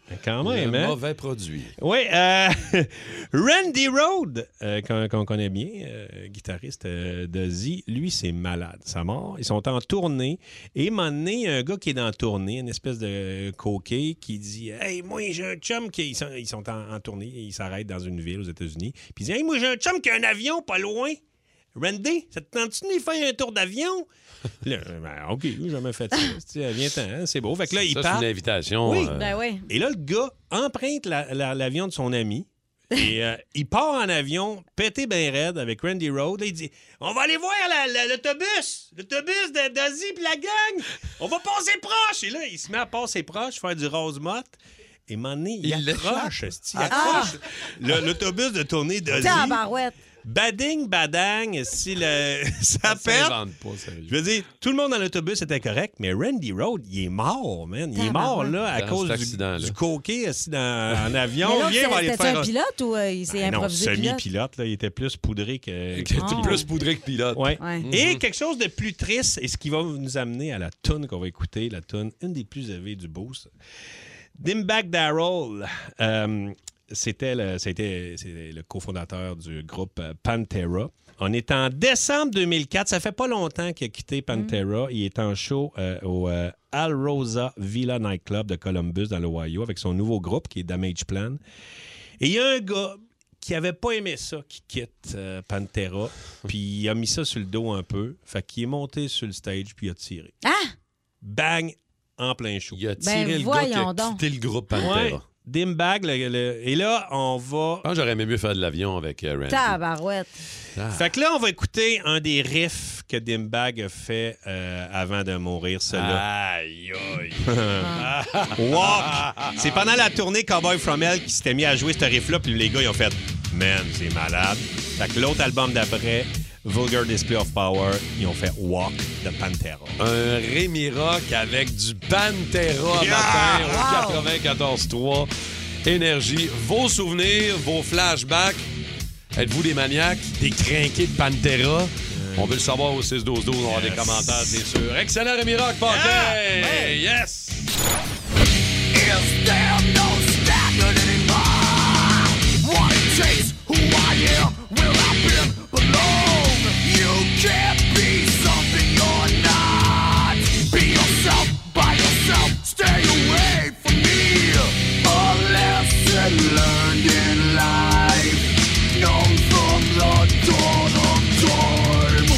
Quand même, Un hein? mauvais produit. Oui, euh, Randy Rhoads, euh, qu'on, qu'on connaît bien, euh, guitariste euh, de Z, lui, c'est malade, sa mort. Ils sont en tournée. Et à un moment donné, il y a un gars qui est dans la tournée, une espèce de coquet, qui dit « Hey, moi, j'ai un chum qui... » Ils sont, ils sont en, en tournée, ils s'arrêtent dans une ville aux États-Unis. Puis il dit « Hey, moi, j'ai un chum qui a un avion pas loin. Randy, ça te tente-tu de faire un tour d'avion? » Là, ben, OK, j'ai jamais fait ça. Viens-t'en, hein, c'est beau. Fait que là, il Ça, part. c'est une invitation. Oui. euh, Ben oui. Et là, le gars emprunte la- la- l'avion de son ami. Et euh, il part en avion, pété ben raide avec Randy Rhoads. Là, il dit « On va aller voir la- la- l'autobus! L'autobus de- d'Ozzy puis la gang! On va passer proche! » Et là, il se met à passer proche, faire du rose-motte. Et à un moment donné, il, Il accroche. l'échappe. esti, il accroche le- l'autobus de tournée d'Ozzy. Tabarouette. Bading, badang, si le... ça Ça perd. s'invente pas, sérieux. Je veux dire, tout le monde dans l'autobus était correct, mais Randy Rhoads, il est mort, man. Il est mort, là, à Dans cause cet du, accident-là. du coquet assis dans, en avion. Mais là, Viens, on va aller te c'était faire un pilote ou euh, il s'est Ben non, improvisé pilote? semi-pilote, là, il était plus poudré que... Qui était plus poudré que pilote. Ouais. Ouais. Et quelque chose de plus triste, et ce qui va nous amener à la toune qu'on va écouter, la toune, une des plus élevées du Boost. Dimebag Darrell, euh, c'était le, c'était, c'est le cofondateur du groupe euh, Pantera. On est en décembre deux mille quatre. Ça fait pas longtemps qu'il a quitté Pantera. Mm. Il est en show euh, au euh, Al Rosa Villa Nightclub de Columbus, dans l'Ohio, avec son nouveau groupe qui est Damage Plan. Et il y a un gars qui avait pas aimé ça, qui quitte euh, Pantera, puis il a mis ça sur le dos un peu. Fait qu'il est monté sur le stage, puis il a tiré. Ah! Bang! En plein show. Il a tiré Ben, le gars qui a voyons donc. quitté le groupe Pantera. Ouais. Dimbag, le- le- et là, on va... Je pense que j'aurais aimé mieux faire de l'avion avec euh, Randy. Tabarouette. Ah. Fait que là, on va écouter un des riffs que Dimbag a fait euh, avant de mourir, celui-là. Aïe, aïe. Walk! C'est pendant la tournée Cowboy From Hell qui s'était mis à jouer ce riff-là, puis les gars, ils ont fait « Man, c'est malade ». Fait que l'autre album d'après, Vulgar Display of Power, ils ont fait « Walk » de Pantera. Un Rémi Rock avec du Pantera Yeah! matin au Wow! quatre-vingt-quatorze trois. Énergie. Vos souvenirs, vos flashbacks. Êtes-vous des maniaques, des crinqués de Pantera? On veut le savoir au six douze douze. On va avoir Yes. des commentaires, c'est sûr. Excellent, Rémi Rock, Paquin! Yeah! Ouais. Yes! Is there no standard anymore? What it takes, who I am, where I've been, belong. You can't be something you're not. Be yourself, by yourself, stay away from me. A lesson learned in life, known from the dawn of time.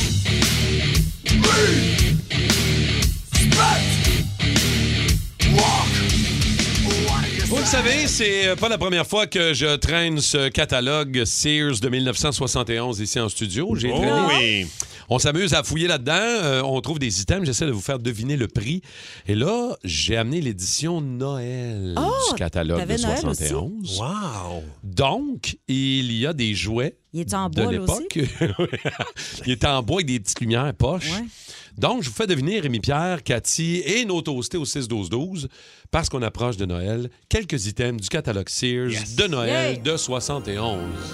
Respect, walk. Vous le savez, c'est pas la première fois que je traîne ce catalogue Sears de dix-neuf cent soixante et onze ici en studio. J'ai Oh traîné. oui! On s'amuse à fouiller là-dedans. Euh, on trouve des items. J'essaie de vous faire deviner le prix. Et là, j'ai amené l'édition Noël Oh, du catalogue de t'avais Noël soixante et onze. aussi? Wow! Donc, il y a des jouets Il est en de bois, là aussi? l'époque. Il est en bois avec des petites lumières poches. Ouais. Donc, je vous fais deviner, Rémi-Pierre, Cathy et nos toastés au six douze douze, parce qu'on approche de Noël, quelques items du catalogue Sears Yes. de Noël Yay. de soixante et onze.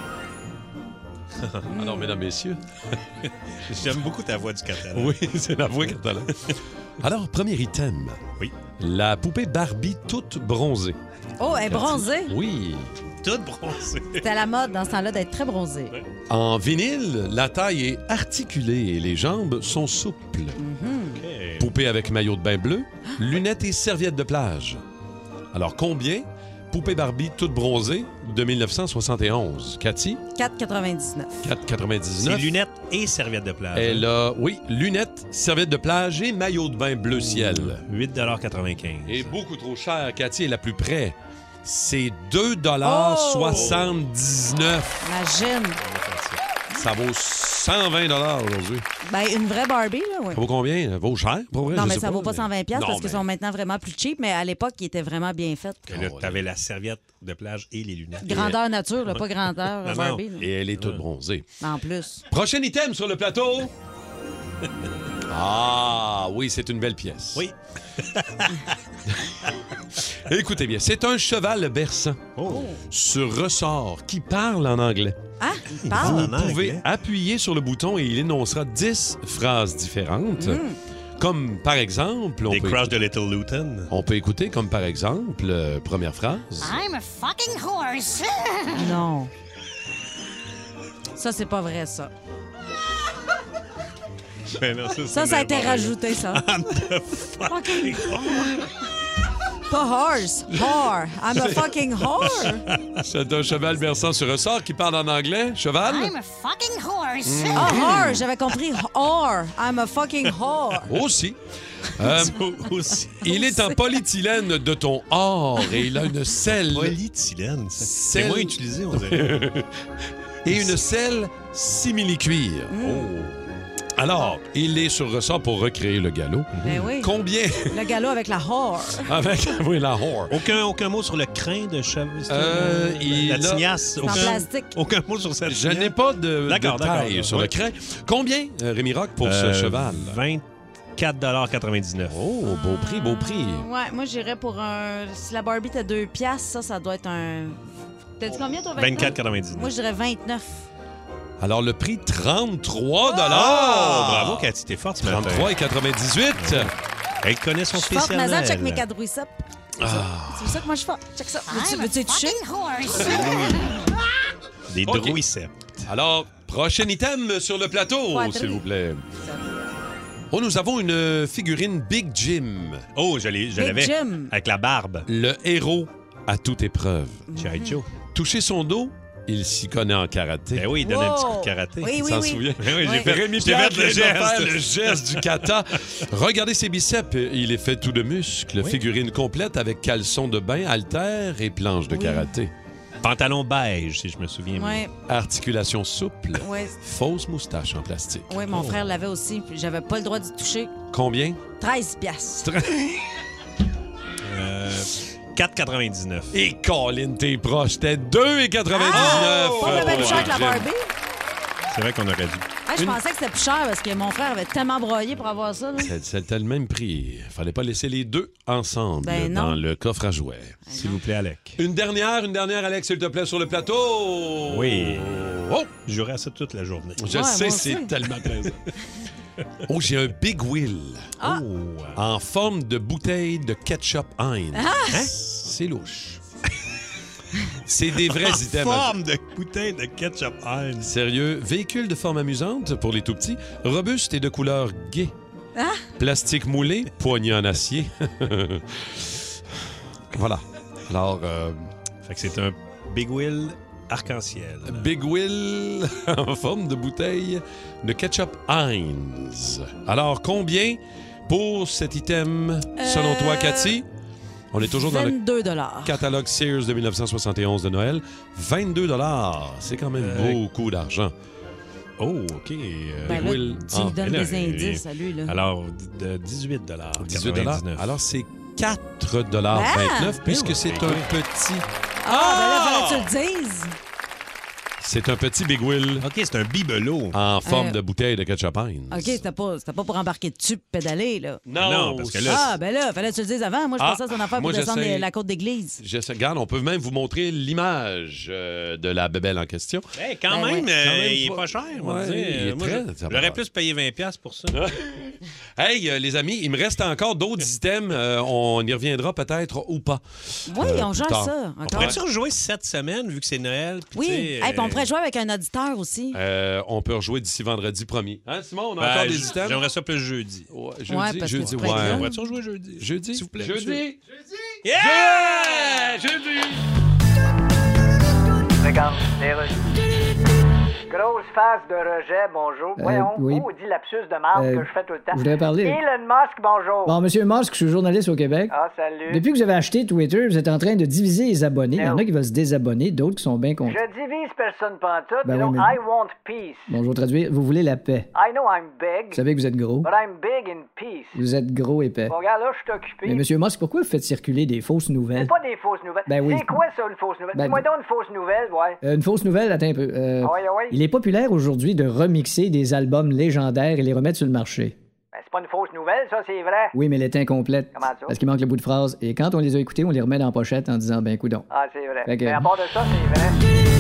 Alors, mesdames, messieurs. J'aime beaucoup ta voix du catalogue. Oui, c'est la voix catalogue. Alors, premier item. Oui. La poupée Barbie toute bronzée. Oh, elle est bronzée. Oui. Toute bronzée. C'était à la mode dans ce temps-là d'être très bronzée. En vinyle, la taille est articulée et les jambes sont souples. OK. Poupée avec maillot de bain bleu, lunettes et serviettes de plage. Alors, combien? Poupée Barbie toute bronzée de dix-neuf cent soixante et onze. Cathy? quatre quatre-vingt-dix-neuf. quatre C'est quatre-vingt-dix-neuf. lunettes et serviettes de plage. Elle a, oui, lunettes, serviettes de plage et maillot de bain bleu ciel. huit quatre-vingt-quinze. Et beaucoup trop cher. Cathy est la plus près. C'est deux dollars soixante-dix-neuf. Imagine. Ça vaut cent vingt dollars aujourd'hui. Ben, une vraie Barbie, là, oui. Ça vaut combien? Ça vaut cher, pour vrai? Non, Je mais sais ça vaut pas mais- cent vingt piastres Non, parce qu'ils mais- sont maintenant vraiment plus cheap, mais à l'époque, ils étaient vraiment bien faits. Et là, t'avais la serviette de plage et les lunettes. Grandeur nature, là, pas grandeur Non, non. Barbie. là. Et elle est toute bronzée. En plus. Prochain item sur le plateau. Ah, oui, c'est une belle pièce. Oui. Écoutez bien, c'est un cheval berçant sur ressort qui parle en anglais. Ah, il Vous parle. en pouvez anglais. appuyer sur le bouton et il énoncera dix phrases différentes. Comme par exemple... On Des peut Crush écouter, de Little Luton. On peut écouter comme par exemple, euh, première phrase. I'm a fucking horse. Non. Ça, c'est pas vrai, ça. Ben non, ça, Ça, ça a été rajouté, ça. Fucking Pas horse, whore. I'm a fucking whore. C'est un cheval versant sur ressort qui parle en anglais. Cheval? I'm a fucking horse. Ah, whore, j'avais compris whore. I'm a fucking whore. Aussi. Euh, Aussi. Il est en polyéthylène de ton or et il a une selle. Polyéthylène, c'est Selle- moins utilisé, on dirait. Et une selle simili-cuir. Oh. Alors, il est sur ressort pour recréer le galop. Ben oui. Combien? Le galop avec la whore. Avec, oui, la whore. Aucun, aucun mot sur le crin de cheval. Euh, il la a- tignasse. C'est en Aucun, plastique. aucun mot sur cette Je n'ai pas de D'accord, détails d'accord. sur Ouais. le crin. Combien, euh, Rémi Rock, pour ce Euh, cheval? vingt-quatre quatre-vingt-dix-neuf. Oh, beau prix, beau prix. Ouais, moi, j'irais pour un... Si la Barbie était deux piastres, ça, ça doit être un... T'as dit combien, toi, vingt-neuf? vingt-quatre quatre-vingt-dix-neuf. Moi, je dirais vingt-neuf. Alors, le prix, trente-trois Oh, dollars. bravo, Cathy, t'es forte ce matin. trente-trois et quatre-vingt-dix-huit. Elle connaît son Je suis forte, spécial mais ça, check Noël. mes quadruceps. Ah. C'est pour ça que moi, je suis forte. Check ça. Veux-tu, I'm a veux-tu y toucher? fucking horse. Des OK. drouillettes. Alors, prochain item sur le plateau, Poitrine. s'il vous plaît. Oh, nous avons une figurine Big Jim. Oh, je l'ai- je Big l'avais. Jim. Avec la barbe. Le héros à toute épreuve. G I. Joe. Toucher son dos, il s'y connaît en karaté. Ben oui, il donne un petit coup Wow. de karaté. Oui, Tu oui, s'en oui. souviens? Ben oui, j'ai Oui. fait, Rémi j'ai Pierre fait le vient de faire geste. le geste du kata. Regardez ses biceps. Il est fait tout de muscles. Oui. Figurine complète avec caleçon de bain, haltère et planche de Oui. karaté. Pantalon beige, si je me souviens bien. Ouais, Articulation souple. ouais. Fausse moustache en plastique. Oui, mon frère l'avait aussi. Puis j'avais pas le droit d'y toucher. Combien? treize piastres. Euh, quatre quatre-vingt-dix-neuf. Et Colin, t'es proche. C'était deux quatre-vingt-dix-neuf. Pas euh, le même pour cher que la Jim. Barbie. C'est vrai qu'on aurait dû. Ah, je Une- pensais que c'était plus cher parce que mon frère avait tellement broyé pour avoir ça. là. C'est- C'était le même prix. Fallait pas laisser les deux ensemble Ben non. dans le coffre à jouets. S'il vous plaît, Alec. Une dernière, une dernière, Alex, s'il te plaît, sur le plateau. Oui. Oh, Je jouerais à ça toute la journée. je Ouais, sais, moi c'est aussi. tellement plaisant. Oh, j'ai un Big Wheel Ah! Oh. en forme de bouteille de ketchup Heinz. Ah! Hein? C'est louche. C'est des vrais En items. forme de bouteille de ketchup Heinz. Sérieux, véhicule de forme amusante pour les tout-petits, robuste et de couleur gaie. Ah! Plastique moulé, poignée en acier. Voilà. Alors, euh, Fait que c'est un Big Wheel arc-en-ciel. Big Wheel en forme de bouteille de ketchup Heinz. Alors, combien pour cet item, selon Euh, toi, Cathy? On est toujours dans le vingt-deux dollars. catalogue Sears de mille neuf cent soixante et onze de Noël. vingt-deux dollars. C'est quand même Euh, beaucoup d'argent. Oh, OK. euh, Ben Big là, Wheel. tu lui Ah, donnes mais là, des il- indices à lui. Là. Alors, de dix-huit dix-huit dollars. Alors, c'est quatre dollars vingt-neuf Ah! puisque c'est un petit... Ah, ben là, fallait que tu le dises. C'est un petit Big Wheel OK, c'est un bibelot. en forme Euh, de bouteille de ketchup Heinz. OK, c'était pas, c'était pas pour embarquer dessus et pédaler, là. Non, Non, parce que là, Ah, ben là, fallait que tu le dises avant. Moi, je Ah, pensais que c'était une affaire moi, pour descendre j'essaie- les- la côte d'église. Je sais, regarde, on peut même vous montrer l'image euh, de la bébelle en question. Hey, quand, Ben même, ouais. euh, Quand même il est pas- pas cher, on va Ouais, dire. il est Moi, très- je- ça J'aurais va. plus payé vingt dollars pour ça. Hey, euh, les amis, il me reste encore d'autres items. Euh, on y reviendra peut-être ou pas. Oui, Euh, on plus gère tard. ça. On Encore. pourrait-tu rejouer cette semaine, vu que c'est Noël? puis Oui, tu sais, hey, puis on euh, pourrait jouer avec un auditeur aussi. Euh, on peut rejouer d'ici vendredi premier. Hein, Simon, on a ben, encore des j- items? J'aimerais ça plus jeudi. Ouais, jeudi, Ouais, parce que jeudi, tu pourrais être ouais. là. On pourrait-tu rejouer jeudi? Jeudi? S'il vous plaît. Jeudi? monsieur. Yeah! Jeudi! Regarde, les grosse phase de rejet, bonjour. Euh, Voyons, oui. oh, dit lapsus de marde Euh, que je fais tout le temps. je voudrais parler- Elon Musk, bonjour. Bon, Monsieur Musk, je suis journaliste au Québec. Ah, salut. Depuis que vous avez acheté Twitter, vous êtes en train de diviser les abonnés. Il y en Non. a qui veulent se désabonner, d'autres qui sont bien contents. Je divise personne pantoute, Ben you know, oui, mais- I want peace. Bon, je vais traduire. Vous voulez la paix. I know I'm big, Vous savez que vous êtes gros. but I'm big in peace. Vous êtes gros épais. Bon, regarde, là, je suis occupé. Mais Monsieur Musk, pourquoi vous faites circuler des fausses C'est nouvelles? pas des fausses nouvelles. Ben oui. C'est quoi ça, une fausse nouvelle? Ben- Dis-moi donc une fausse nouvelle, ouais. Euh, une fausse nouvelle, attends un peu. Euh, Ah ouais, ah ouais. Il est populaire aujourd'hui de remixer des albums légendaires et les remettre sur le marché. Ben, c'est pas une fausse nouvelle, ça, c'est vrai. Oui, mais elle est incomplète. Comment ça? Parce qu'il manque le bout de phrase. Et quand on les a écoutés, on les remet dans la pochette en disant, ben, coudonc. Ah, c'est vrai. Fait que- Mais à part de ça, c'est vrai.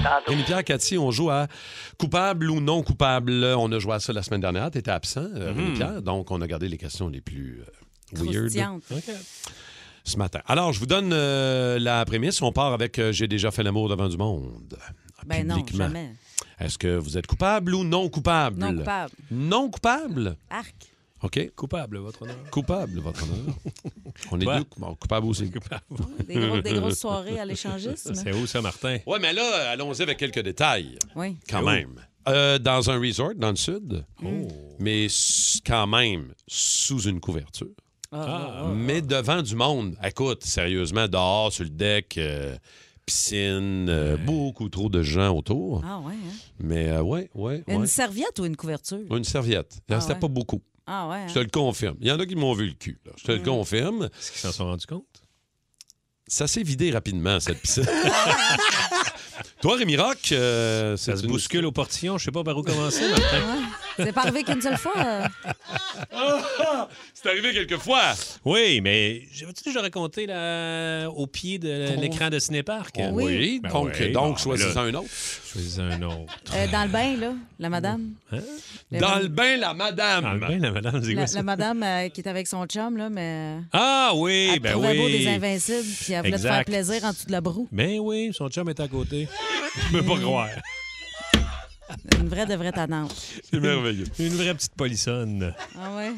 Rémi-Pierre, Cathy, on joue à coupable ou non coupable. On a joué à ça la semaine dernière. Tu étais absent, euh, Mm. Rémi-Pierre. Donc, on a gardé les questions les plus euh, weird Croustillantes. ce matin. Alors, je vous donne euh, la prémisse. On part avec euh, J'ai déjà fait l'amour devant du monde. Ben non, publiquement. jamais. Est-ce que vous êtes coupable ou non coupable? Non coupable. Non coupable? Arc. OK. Coupable, votre honneur. Coupable, votre honneur. On est Ouais. deux bon, coupables aussi. Des, gros- des grosses soirées à l'échangisme. C'est où ça, Martin? Oui, mais là, allons-y avec quelques détails. Oui. Quand C'est où? même. Euh, dans un resort dans le sud, mais s- quand même sous une couverture. Ah. Mais devant du monde. Écoute, sérieusement, dehors, sur le deck, euh, piscine, euh, beaucoup trop de gens autour. Ah ouais, hein? Mais euh, ouais, ouais, Une ouais. serviette ou une couverture? Une serviette. Il Ah restait ouais. pas beaucoup. Ah ouais, hein? Je te le confirme. Il y en a qui m'ont vu le cul. là. Je te le Mm. confirme. Est-ce qu'ils s'en sont rendus compte? Ça s'est vidé rapidement, cette piscine. Toi, Rémi Rock, euh, Ça c'est se une- bouscule au portillon. Je sais pas par où commencer, Martin. C'est pas arrivé qu'une seule fois? euh? C'est arrivé quelques fois. Oui, mais j'avais-tu déjà raconté là, au pied de l'écran de Cinépark? Oh, oui. Ben donc, oui. donc Bon, choisissez là, un autre. Choisissez un autre. Euh, dans le bain, là, la madame. Hein? Le Dans ma- le bain, la madame. Dans le bain, la madame, c'est La, quoi ça? la madame euh, qui est avec son chum, là, mais. Ah oui, elle ben trouvait oui. beau des invincibles, puis elle voulait te Exact. faire plaisir en dessous de la broue. Ben oui, son chum est à côté. Je peux pas croire. Une vraie de vraie tannante. C'est merveilleux. Une vraie petite polissonne. Ah ouais?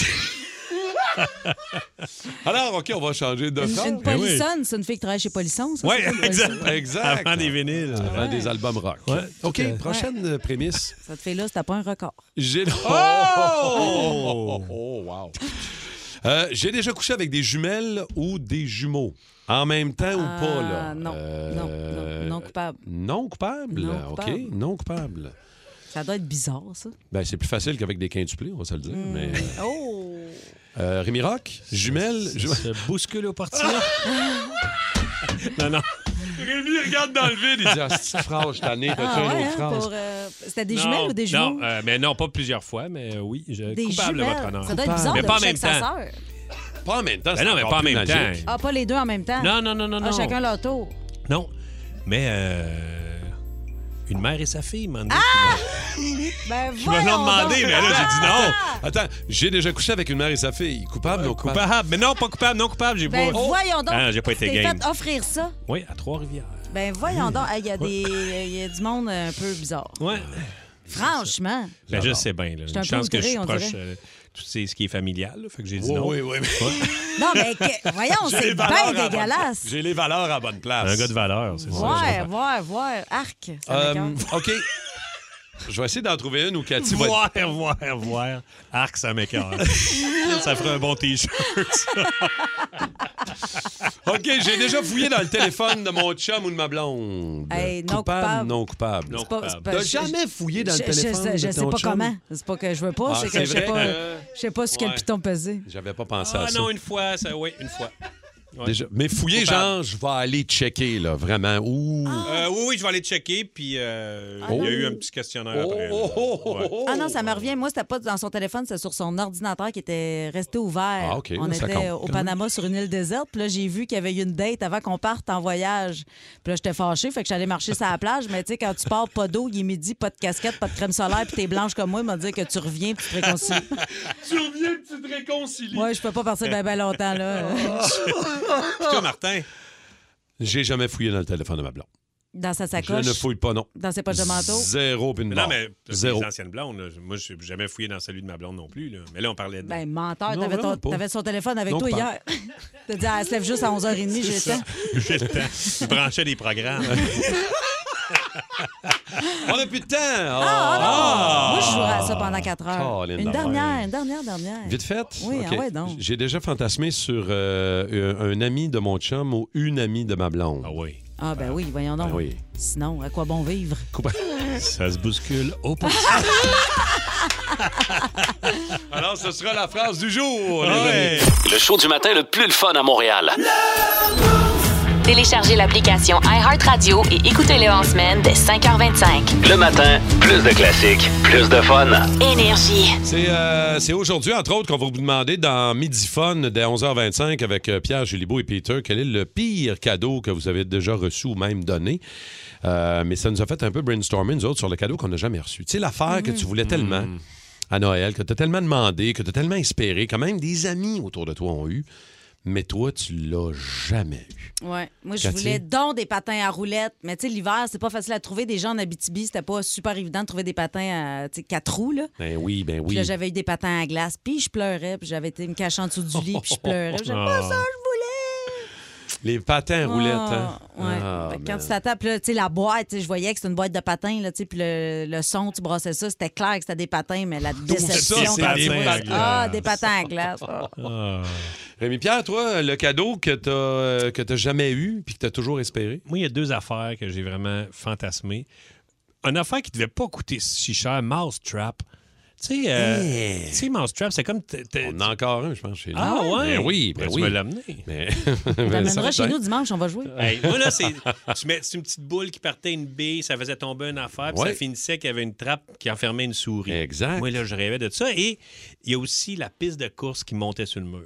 Alors, OK, on va changer de Une, phrase. une polissonne, c'est une fille qui travaille chez Polisson, ça? Oui, c'est quoi, une exact. polissonne? Exact. Avant des vinyles. Avant des albums rock. Ouais, OK, tout à- prochaine euh, prémisse. Cette fille-là, c'était pas un record. J'ai... Oh! Oh! Oh, wow. Euh, j'ai déjà couché avec des jumelles ou des jumeaux. En même temps ou Ah, pas, là? non, Euh, non, non, non coupable. Non coupable? Non OK, coupable. non coupable. Ça doit être bizarre, ça. Ben, c'est plus facile qu'avec des quintuplés, on va se le dire. Hmm. Mais... Oh! Euh, Rémi Rock, jumelles... Ça ju- se bouscule au portillon. non, non. Rémi regarde dans le vide, il dit « Ah, c'est phrase, je t'en ai, t'as-tu Ah une ouais, autre hein, phrase? pour, euh, C'était des Non, jumelles ou des jumeaux? Non, euh, mais non, pas plusieurs fois, mais euh, oui, je, Des coupable de jumelles. votre honneur. Ça doit être bizarre mais de pas en coucher même avec sa temps. sœur. Pas en même temps, Ben c'est non, mais encore pas en plus même magique. temps. Ah, pas les deux en même temps? Non, non, non, non, Ah, non. chacun leur tour. Non, mais euh, une mère et sa fille m'ont dit. Ben, Je me l'ai demandé, mais là, j'ai dit non. Attends, j'ai déjà couché avec une mère et sa fille. Coupable, non coupable? Coupable. Mais non, pas coupable, non coupable. J'ai Ben, pas. voyons donc. Ah, j'ai pas été Tu t'es game. fait offrir ça. Oui, à Trois-Rivières. Ben, voyons donc. Il y a des, il y a du monde un peu bizarre. Ouais. Franchement. Ben, je sais bien. Là. J'étais un Une peu chance que je outré, suis on proche dirait. euh, tout ce ce qui est familial. Là, fait que j'ai dit Oui, non. oui, oui. Non, mais que- voyons, J'ai c'est les valeurs à bien bonne dégueulasse. place. J'ai les valeurs à bonne place. Un gars de valeur, c'est ça. Voir, voir, voir. Arc. Ça Euh, m'écoeure. OK. Je vais essayer d'en trouver une où Cathy va... Voir, voir, voir. Arc, ça m'écœure. Ça ferait un bon T-shirt, ça. OK, j'ai déjà fouillé dans le téléphone de mon chum ou de ma blonde. Hey, non coupable. non coupable. Non C'est pas- coupable. c'est pas- T'as je- jamais fouillé dans je- le je- téléphone Je, je de sais ton pas chum? comment. C'est pas que je veux pas, Ah, c'est c'est que je sais vrai pas, que- je sais pas sur quel Ouais. piton peser. J'avais pas pensé Ah à ça. non, une fois, ça, oui, une fois. Ouais. Déjà. Mais fouiller, Coupable. genre, je vais aller checker, là, vraiment. Ouh. Euh, oui, oui, je vais aller checker, puis euh, il y a eu un petit questionnaire Oh, après. là. oh, oh, oh, Ouais. oh. Ah non, ça me revient. Moi, c'était pas dans son téléphone, c'était sur son ordinateur qui était resté ouvert. Ah, OK, On là, ça était compte, au quand Panama sur une île déserte. Puis là, j'ai vu qu'il y avait eu une date avant qu'on parte en voyage. Puis là, j'étais fâchée, fait que j'allais marcher sur la plage. Mais tu sais, quand tu pars pas d'eau, il est midi, pas de casquette, pas de crème solaire, puis t'es blanche comme moi, il m'a dit que tu reviens puis tu te réconcilies. Tu reviens, tu te réconcilies. Moi, je peux pas partir bien ben longtemps, là. Puis toi, Martin? J'ai jamais fouillé dans le téléphone de ma blonde. Dans sa Je sacoche. ne fouille pas, non. Dans ses poches de manteau. Zéro puis une Mais barre. non, mais Zéro. les anciennes blondes, là, moi, je n'ai jamais fouillé dans celui de ma blonde non plus. Là. Mais là, on parlait de. Ben, menteur, Non, t'avais, vraiment ton- pas. t'avais son téléphone avec Non, toi pas. hier. T'as dit, ah, elle se lève juste à onze heures trente, j'ai le C'est ça. temps. J'ai le temps. Je branchais des programmes. On n'a plus de temps. Ah, ah, non! Moi, je jouerais à ça pendant quatre heures. Colin Une de dernière, même. une dernière, dernière. Vite fait? Oui, OK. ah ouais, donc. J'ai déjà fantasmé sur euh, un, un ami de mon chum ou une amie de ma blonde. Ah oui. Ah, ben oui, voyons donc. Ben oui. Sinon, à quoi bon vivre? Ça se bouscule au portillon. Alors, ce sera la phrase du jour, les Ouais. amis. Le show du matin le plus le fun à Montréal. Téléchargez l'application iHeartRadio et écoutez-le en semaine dès cinq heures vingt-cinq. Le matin, plus de classiques, plus de fun. Énergie. C'est, euh, c'est aujourd'hui, entre autres, qu'on va vous demander dans Midi Fun dès onze heures vingt-cinq avec euh, Pierre, Julie-Beau et Peter, quel est le pire cadeau que vous avez déjà reçu ou même donné. Euh, mais ça nous a fait un peu brainstormer, nous autres, sur le cadeau qu'on n'a jamais reçu. Tu sais, l'affaire mm-hmm. que tu voulais tellement mm. à Noël, que tu as tellement demandé, que tu as tellement espéré, que même des amis autour de toi ont eu, mais toi, tu l'as jamais eu. Oui. Moi, je Cathy? voulais donc des patins à roulettes. Mais tu sais, l'hiver, c'est pas facile à trouver. Des gens en Abitibi, c'était pas super évident de trouver des patins à tu sais, quatre roues. Là. Ben oui, ben oui. Puis là, j'avais eu des patins à glace. Puis je pleurais. Puis j'avais été me cacher en dessous du lit. Puis je pleurais. J'avais pas ça, je voulais. Les patins à roulettes, hein? Oh, ouais. Ah, Fait que quand man. tu t'attends, puis là, tu sais, la boîte, tu sais, je voyais que c'était une boîte de patins, là, tu sais, puis le, le son, tu brassais ça, c'était clair que c'était des patins, mais la déception. ça, c'est quand des tu vois- patins Ah, à des patins à glace. Ah. Ah. Rémi-Pierre, toi, le cadeau que tu euh, que t'as jamais eu puis que tu as toujours espéré? Moi, il y a deux affaires que j'ai vraiment fantasmées. Une affaire qui devait pas coûter si cher, Mousetrap. Tu sais, euh, Hey. tu sais, Mousetrap, c'est comme... t- t- On en a encore un, je pense, chez nous. Ah ouais? Ben oui, ben Ben, tu oui. me l'as amené. Mais... Tu t'amèneras chez nous dimanche, on va jouer. Hey, moi, là, c'est, tu mets c'est une petite boule qui partait une bille, ça faisait tomber une affaire, puis Ouais. ça finissait qu'il y avait une trappe qui enfermait une souris. Exact. Moi, là, je rêvais de ça. Et il y a aussi la piste de course qui montait sur le mur.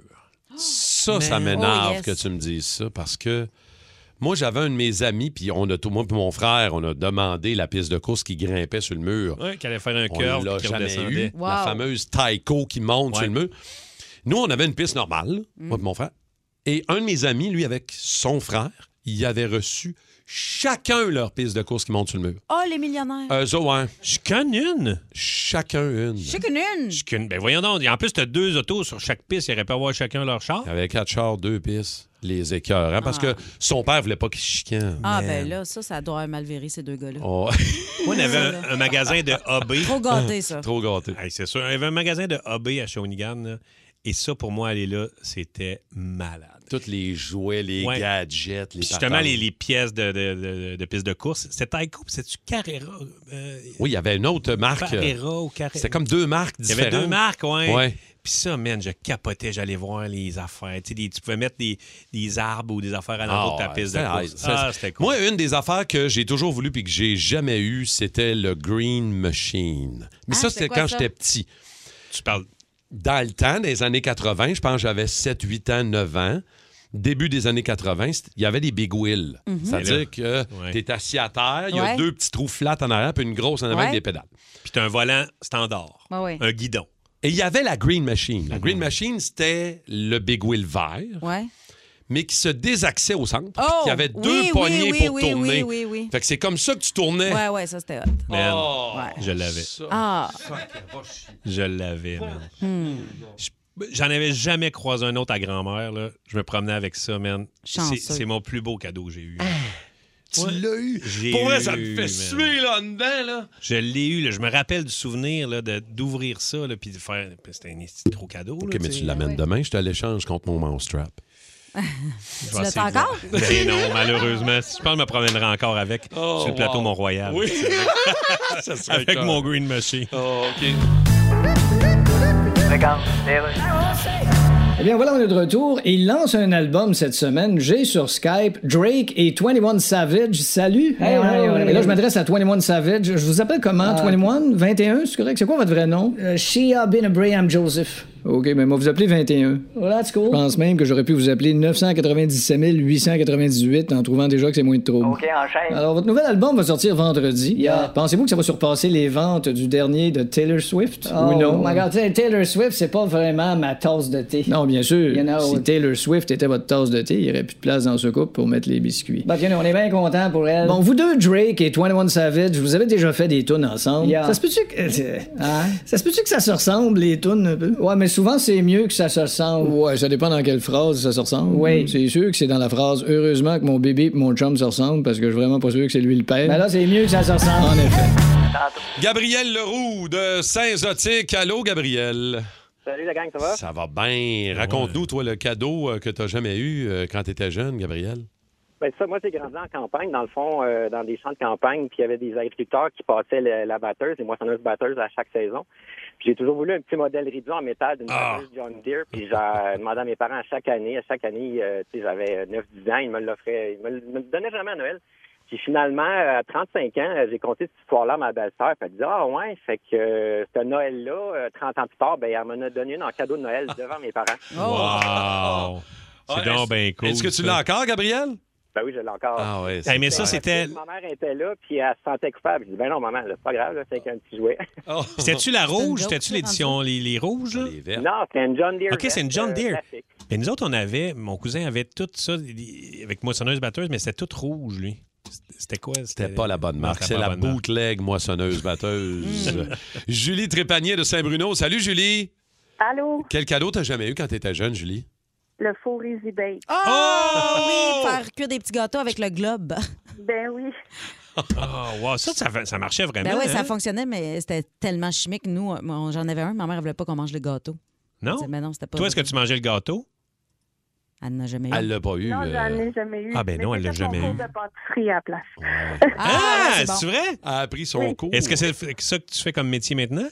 Ça, ça Man. m'énerve Oh, yes. que tu me dises ça parce que moi, j'avais un de mes amis, puis on a tout, moi et mon frère, on a demandé la piste de course qui grimpait sur le mur. Oui, qui allait faire un On curve l'a qui jamais redescendait. eu. Wow. La fameuse Tyco qui monte Ouais. sur le mur. Nous, on avait une piste normale, Mm. moi et mon frère. Et un de mes amis, lui, avec son frère, il avait reçu chacun leur piste de course qui monte sur le mur. Oh, les millionnaires. Eux autres, ouais. Je connais une. Chacun une. Je sais qu'une une. Je connais- Ben voyons donc. En plus, tu as deux autos sur chaque piste. Il aurait pu avoir chacun leur char. Il y avait quatre chars, deux pistes, les écœurs. Hein, parce que son père voulait pas qu'il chicane. Ah, Man. ben là, ça, ça doit mal virer, ces deux gars-là. Oh. Moi, on avait un, un magasin de A B. Trop gâté, ça. Trop gâté. Hey, c'est sûr. Il y avait un magasin de A B à Shawinigan. là. Et ça, pour moi, aller là, c'était malade. Tous les jouets, les Ouais. gadgets, les Puis justement, patentes. les, les pièces de, de, de, de piste de course. C'était Tyco, puis c'est-tu Carrera? Euh, Oui, il y avait une autre marque. Carrera ou Carrera? C'était comme deux marques Il y différentes. avait deux marques, oui. Ouais. Puis ça, man, je capotais, j'allais voir les affaires. Tu sais, des- tu pouvais mettre des, des arbres ou des affaires à l'endroit de ta ouais, piste de c'était- course. c'était- Ah, c'était cool. Moi, une des affaires que j'ai toujours voulu puis que j'ai jamais eu, c'était le Green Machine. Mais Ah, ça, c'est c'était quoi, quand ça? j'étais petit. Tu parles... Dans le temps, dans les années quatre-vingt, je pense que j'avais sept, huit ans, neuf ans. Début des années quatre-vingt, c'est- il y avait des big wheels. Mhm. C'est-à-dire que Ouais. tu es assis à terre, il y a Ouais. deux petits trous flats en arrière puis une grosse en avant Ouais. avec des pédales. Puis t'as un volant standard. Ouais, ouais. Un guidon. Et il y avait la Green Machine. La Mhm. Green Machine, c'était le big wheel vert, Ouais. mais qui se désaxait au centre. puis Oh! qui avait deux Oui, oui, poignées oui, pour oui, tourner. oui, oui, oui. Fait que c'est comme ça que tu tournais. Ouais, ouais, ça, c'était hot. Man, Oh, Ouais. je l'avais. ça, Ah. ça, qu'elle va chier. Je l'avais, man. Hmm. Je- J'en avais jamais croisé un autre à grand-mère. Là. Je me promenais avec ça, man. Chanceux. C'est c'est mon plus beau cadeau que j'ai eu. Tu Ouais. l'as eu. J'ai Pour vrai, ça me eu, fait man. suer là dedans, là. Je l'ai eu. Là. Je me rappelle du souvenir là, de- d'ouvrir ça puis de faire. C'était un esti de gros cadeau. OK, là, mais tu tu sais. l'amènes demain, je te l'échange contre mon mousetrap. Je vais Tu l'as essayer de encore? voir. Ben non, malheureusement. Je pense que je me promènerai encore avec Oh, sur le plateau wow. Mont-Royal. Oui. Ça serait Avec cool. mon Green Machine. Oh, OK. Regarde, les rues. Eh bien, voilà, on est de retour. Il lance un album cette semaine. J'ai sur Skype Drake et vingt et un Savage. Salut! Hey, hey, hey, Et là, hey. je m'adresse à vingt et un Savage. Je vous appelle comment? Ah. vingt et un? vingt et un, c'est correct? C'est quoi votre vrai nom? Euh, Shia bin Abraham Joseph. OK, mais moi, vous appelez vingt et un. Well, that's cool. Je pense même que j'aurais pu vous appeler neuf cent quatre-vingt-dix-sept huit cent quatre-vingt-dix-huit en trouvant déjà que c'est moins de trouble. OK, enchaîne. Alors, votre nouvel album va sortir vendredi. Yeah. Pensez-vous que ça va surpasser les ventes du dernier de Taylor Swift? Oh, ou non? my God, tu sais, Taylor Swift, c'est pas vraiment ma tasse de thé. Non, bien sûr. You know, si it- Taylor Swift était votre tasse de thé, il n'y aurait plus de place dans ce couple pour mettre les biscuits. Bah, tiens, on est bien content pour elle. Bon, vous deux, Drake et vingt et un Savage, vous avez déjà fait des tunes ensemble. Yeah. Ça se peut-tu que... euh, Hein? Ça se peut-tu que ça se ressemble, les tunes, un peu? Ouais, mais souvent, c'est mieux que ça se ressemble. Ouais, ça dépend dans quelle phrase ça se ressemble. Oui. C'est sûr que c'est dans la phrase « Heureusement que mon bébé et mon chum se ressemblent » parce que je suis vraiment pas sûr que c'est lui le père. Mais là, c'est mieux que ça se ressemble. En effet. Gabriel Leroux de Saint-Zotique. Allô, Gabriel? Salut la gang, ça va? Ça va bien. Raconte-nous, toi, le cadeau euh, que tu n'as jamais eu euh, quand tu étais jeune, Gabriel. Ben, ça, moi, j'ai grandi en campagne, dans le fond, euh, dans des champs de campagne, puis il y avait des agriculteurs qui passaient le- la batteuse, les moissonneuses batteuses à chaque saison. Puis j'ai toujours voulu un petit modèle réduit en métal d'une Ah. batteuse John Deere, puis j'ai demandé à mes parents à chaque année, à chaque année, euh, tu sais, j'avais neuf dix ans, ils me l'offraient, ils me le me le donnaient jamais à Noël. Puis finalement, à trente-cinq ans, euh, j'ai conté cette histoire-là à ma belle-sœur, puis elle dit « Ah ouais, fait que euh, ce Noël-là, euh, trente ans plus tard, ben elle m'en a donné une en cadeau de Noël devant mes parents. » Wow! C'est Ah, donc est-ce- bien cool. Est-ce que tu ça. l'as encore, Gabriel? Ben oui, je l'ai encore. Ah ouais, Hey, mais ça, c'était. Ma mère était là, puis elle se sentait coupable. Je dis, ben non, maman, là, c'est pas grave, là, c'est qu'un petit jouet. C'était-tu la C'est une rouge? joke, C'était-tu ça, l'édition, les, les rouges? Là? Non, c'est une John Deere. OK, c'est une John verte, euh, Deere. classique. Mais nous autres, on avait, mon cousin avait tout ça les- avec moissonneuse batteuse, mais c'était tout rouge, lui. C'était quoi? C'était pas la bonne marque. Non, C'est c'était pas la bonne marque. bootleg moissonneuse batteuse. Julie Trépanier de Saint-Bruno. Salut, Julie. Allô? Quel cadeau t'as jamais eu quand t'étais jeune, Julie? Le faux Easy Bake. Oh! Oui, faire cuire des petits gâteaux avec le globe. Ben oui. Oh, wow, ça, ça, ça marchait vraiment. Ben oui, ça hein? fonctionnait, mais c'était tellement chimique. Nous, on- j'en avais un, ma mère ne voulait pas qu'on mange le gâteau. Non? Elle disait, ben non, c'était pas Toi, est-ce que tu mangeais le gâteau? Elle n'a jamais eu. Elle l'a pas eu. Non, euh, j'en ai jamais eu. Ah, ben non, Mais elle l'a j'ai fait mon jamais cours eu. de pâtisserie à la place. Ah, c'est c'est bon. vrai? Elle a appris son Oui. cours. Est-ce que c'est le- ça que tu fais comme métier maintenant?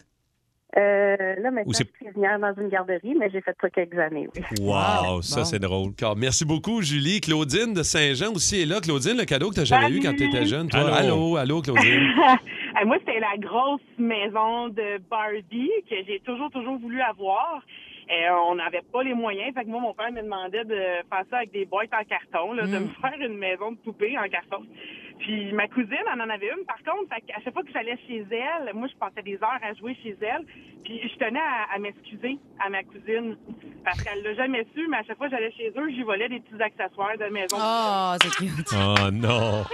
Euh, là, maintenant, Ou je c'est- suis cuisinière dans une garderie, mais j'ai fait ça quelques années, oui. Wow, ça, Bon. c'est drôle. D'accord. Merci beaucoup, Julie. Claudine de Saint-Jean aussi est là. Claudine, le cadeau que t'as jamais eu quand t'étais jeune. Toi. Allô. allô, allô, Claudine. Euh, Moi, c'était la grosse maison de Barbie que j'ai toujours, toujours voulu avoir. Euh, on n'avait pas les moyens. Fait que moi, mon père me demandait de faire ça avec des boîtes en carton, là, de me faire une maison de poupée en carton. Puis ma cousine, elle en avait une, par contre. Fait qu'à chaque fois que j'allais chez elle, moi, je passais des heures à jouer chez elle. Puis je tenais à, à m'excuser à ma cousine parce qu'elle l'a jamais su, mais à chaque fois que j'allais chez eux, j'y volais des petits accessoires de maison. Oh, c'est cute. Oh non.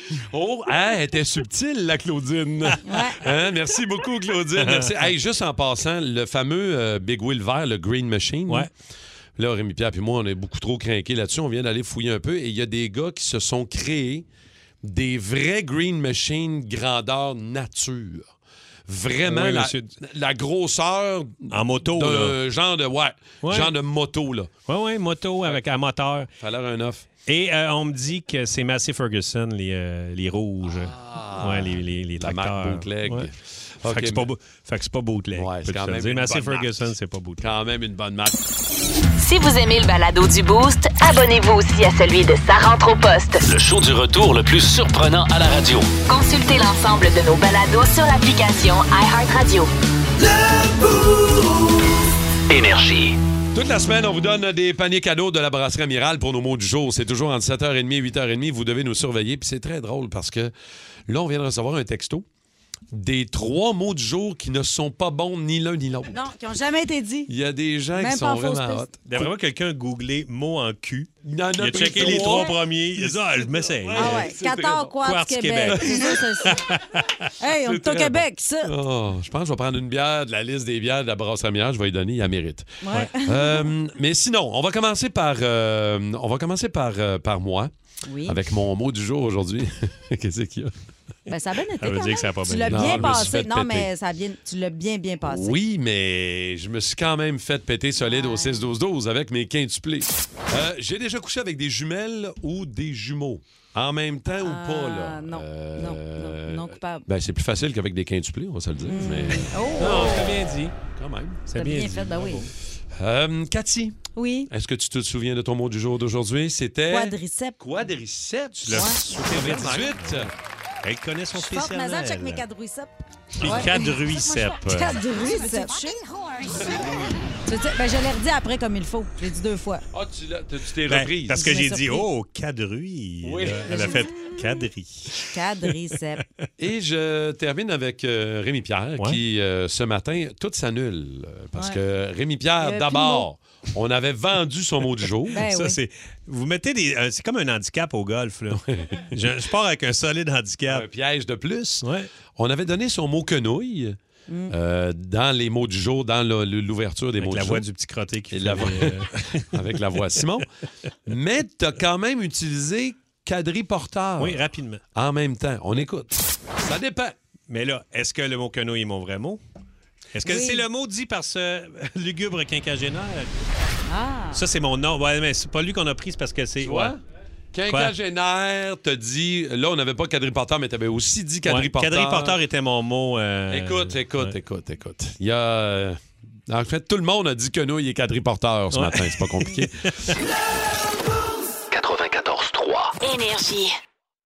Oh, hein, elle était subtile, la Claudine. Hein, merci beaucoup, Claudine. Merci. Hey, juste en passant, le fameux euh, Big Wheel vert, le Green Machine. Ouais. Là, Rémi Pierre et moi, on est beaucoup trop craqués là-dessus. On vient d'aller fouiller un peu et il y a des gars qui se sont créés des vrais Green Machine grandeur nature. Vraiment, Oui, la, monsieur. la grosseur En moto, d'un là. genre de ouais, Ouais. genre de moto là. Oui, oui, moto avec un moteur. Ça a l'air un offre. Et euh, on me dit que c'est Massey Ferguson, les, euh, les rouges. Ouais, les, les, les La marque tracteurs. bootleg. Ouais. Ok, Fait que c'est pas, bo- fait que c'est pas bootleg. Ouais, c'est peux-tu quand te le même dire. une Massey bonne Ferguson, marque. c'est pas bootleg. Quand même une bonne marque. Si vous aimez le balado du Boost, abonnez-vous aussi à celui de Sa rentre au poste. Le show du retour le plus surprenant à la radio. Consultez l'ensemble de nos balados sur l'application iHeartRadio. Énergie. Toute la semaine, on vous donne des paniers cadeaux de la brasserie Amiral pour nos mots du jour. C'est toujours entre sept heures trente et huit heures trente. Vous devez nous surveiller. Puis c'est très drôle parce que là, on vient de recevoir un texto des trois mots du jour qui ne sont pas bons ni l'un ni l'autre. Non, qui n'ont jamais été dit. Il y a des gens Même qui pas sont en fausse vraiment hot. piste. D'après moi, quelqu'un a googlé mot en cul. Il y en a Il a pris checké les trois. trois premiers. Il a dit, ah, je m'essaye. Ah ouais, c'est très Qatar, bon. Quartz, Quartz, Québec. Québec. C'est ça, c'est ça. Hey, on C'est est au très Québec, ça. Oh, je pense que je vais prendre une bière de la liste des bières de la brasserie Amiral. Je vais lui donner, il la mérite. Ouais. Euh, mais sinon, on va commencer par, euh, on va commencer par, euh, par moi. Oui. Avec mon mot du jour aujourd'hui. Qu'est-ce qu'il y a? Ben, ça a bien été. Ça veut quand dire que ça a même. pas Tu bien l'as été. bien Non, je me suis passé. fait Non, péter. mais ça a bien, tu l'as bien, bien passé. Oui, mais je me suis quand même fait péter solide au six douze douze avec mes quintuplés. Euh, J'ai déjà couché avec des jumelles ou des jumeaux. En même temps ou pas, là? Ah, non, Euh, non, non, non coupable. Ben, c'est plus facile qu'avec des quintuplés, on va se le dire. Mais Oh! Non, c'est bien dit. quand même. C'est T'as bien, bien dit. fait, ben oui. Euh, Cathy, Oui. est-ce que tu te souviens de ton mot du jour d'aujourd'hui? C'était... Quadriceps. Quadriceps. Tu l'as Ouais. sauté vite. dix-huit. Elle connaît son Je porte ma spécial. check mes quadriceps. Puis quadriceps. Quadriceps. Fucking horse. Tu sais, ben, je l'ai redit après comme il faut. Je l'ai dit deux fois. Ah, tu l'as- tu t'es Ben, reprise. parce que Je j'ai me dit, surpris. oh, quadruille. Oui. Là, Elle a fait quadri. Quadriceps. Et je termine avec euh, Rémi Pierre Ouais. qui, euh, ce matin, tout s'annule. euh, Parce Ouais. que Rémi Il y Pierre, avait d'abord, on avait vendu son mot du jour. Ben Ça, oui. c'est. Vous mettez des. euh, c'est comme un handicap au golf, là. je, je pars avec un solide handicap. Un piège de plus. Ouais. On avait donné son mot quenouille euh, dans les mots du jour, dans le- le- l'ouverture des Avec mots la du voix jour. du petit crotté qui Et fait la voix- euh, avec la voix Simon. Mais tu as quand même utilisé quadriporteur. Oui, rapidement. En même temps. On écoute. Ça dépend. Mais là, est-ce que le mot quenouille est mon vrai mot? Est-ce que Oui. c'est le mot dit par ce lugubre quinquagénaire? Ah. Ça, c'est mon nom. Ouais, mais c'est pas lui qu'on a pris, c'est parce que c'est. Tu vois? ouais. Quinquagénaire, t'as dit... Là, on n'avait pas quadriporteur, mais t'avais aussi dit quadriporteur. Ouais, quadriporteur était mon mot. Euh... Écoute, écoute, ouais. écoute, écoute. Il y a... euh, En fait, tout le monde a dit que nous, il est quadriporteur ce Ouais. matin. C'est pas compliqué. quatre-vingt-quatorze trois. Énergie.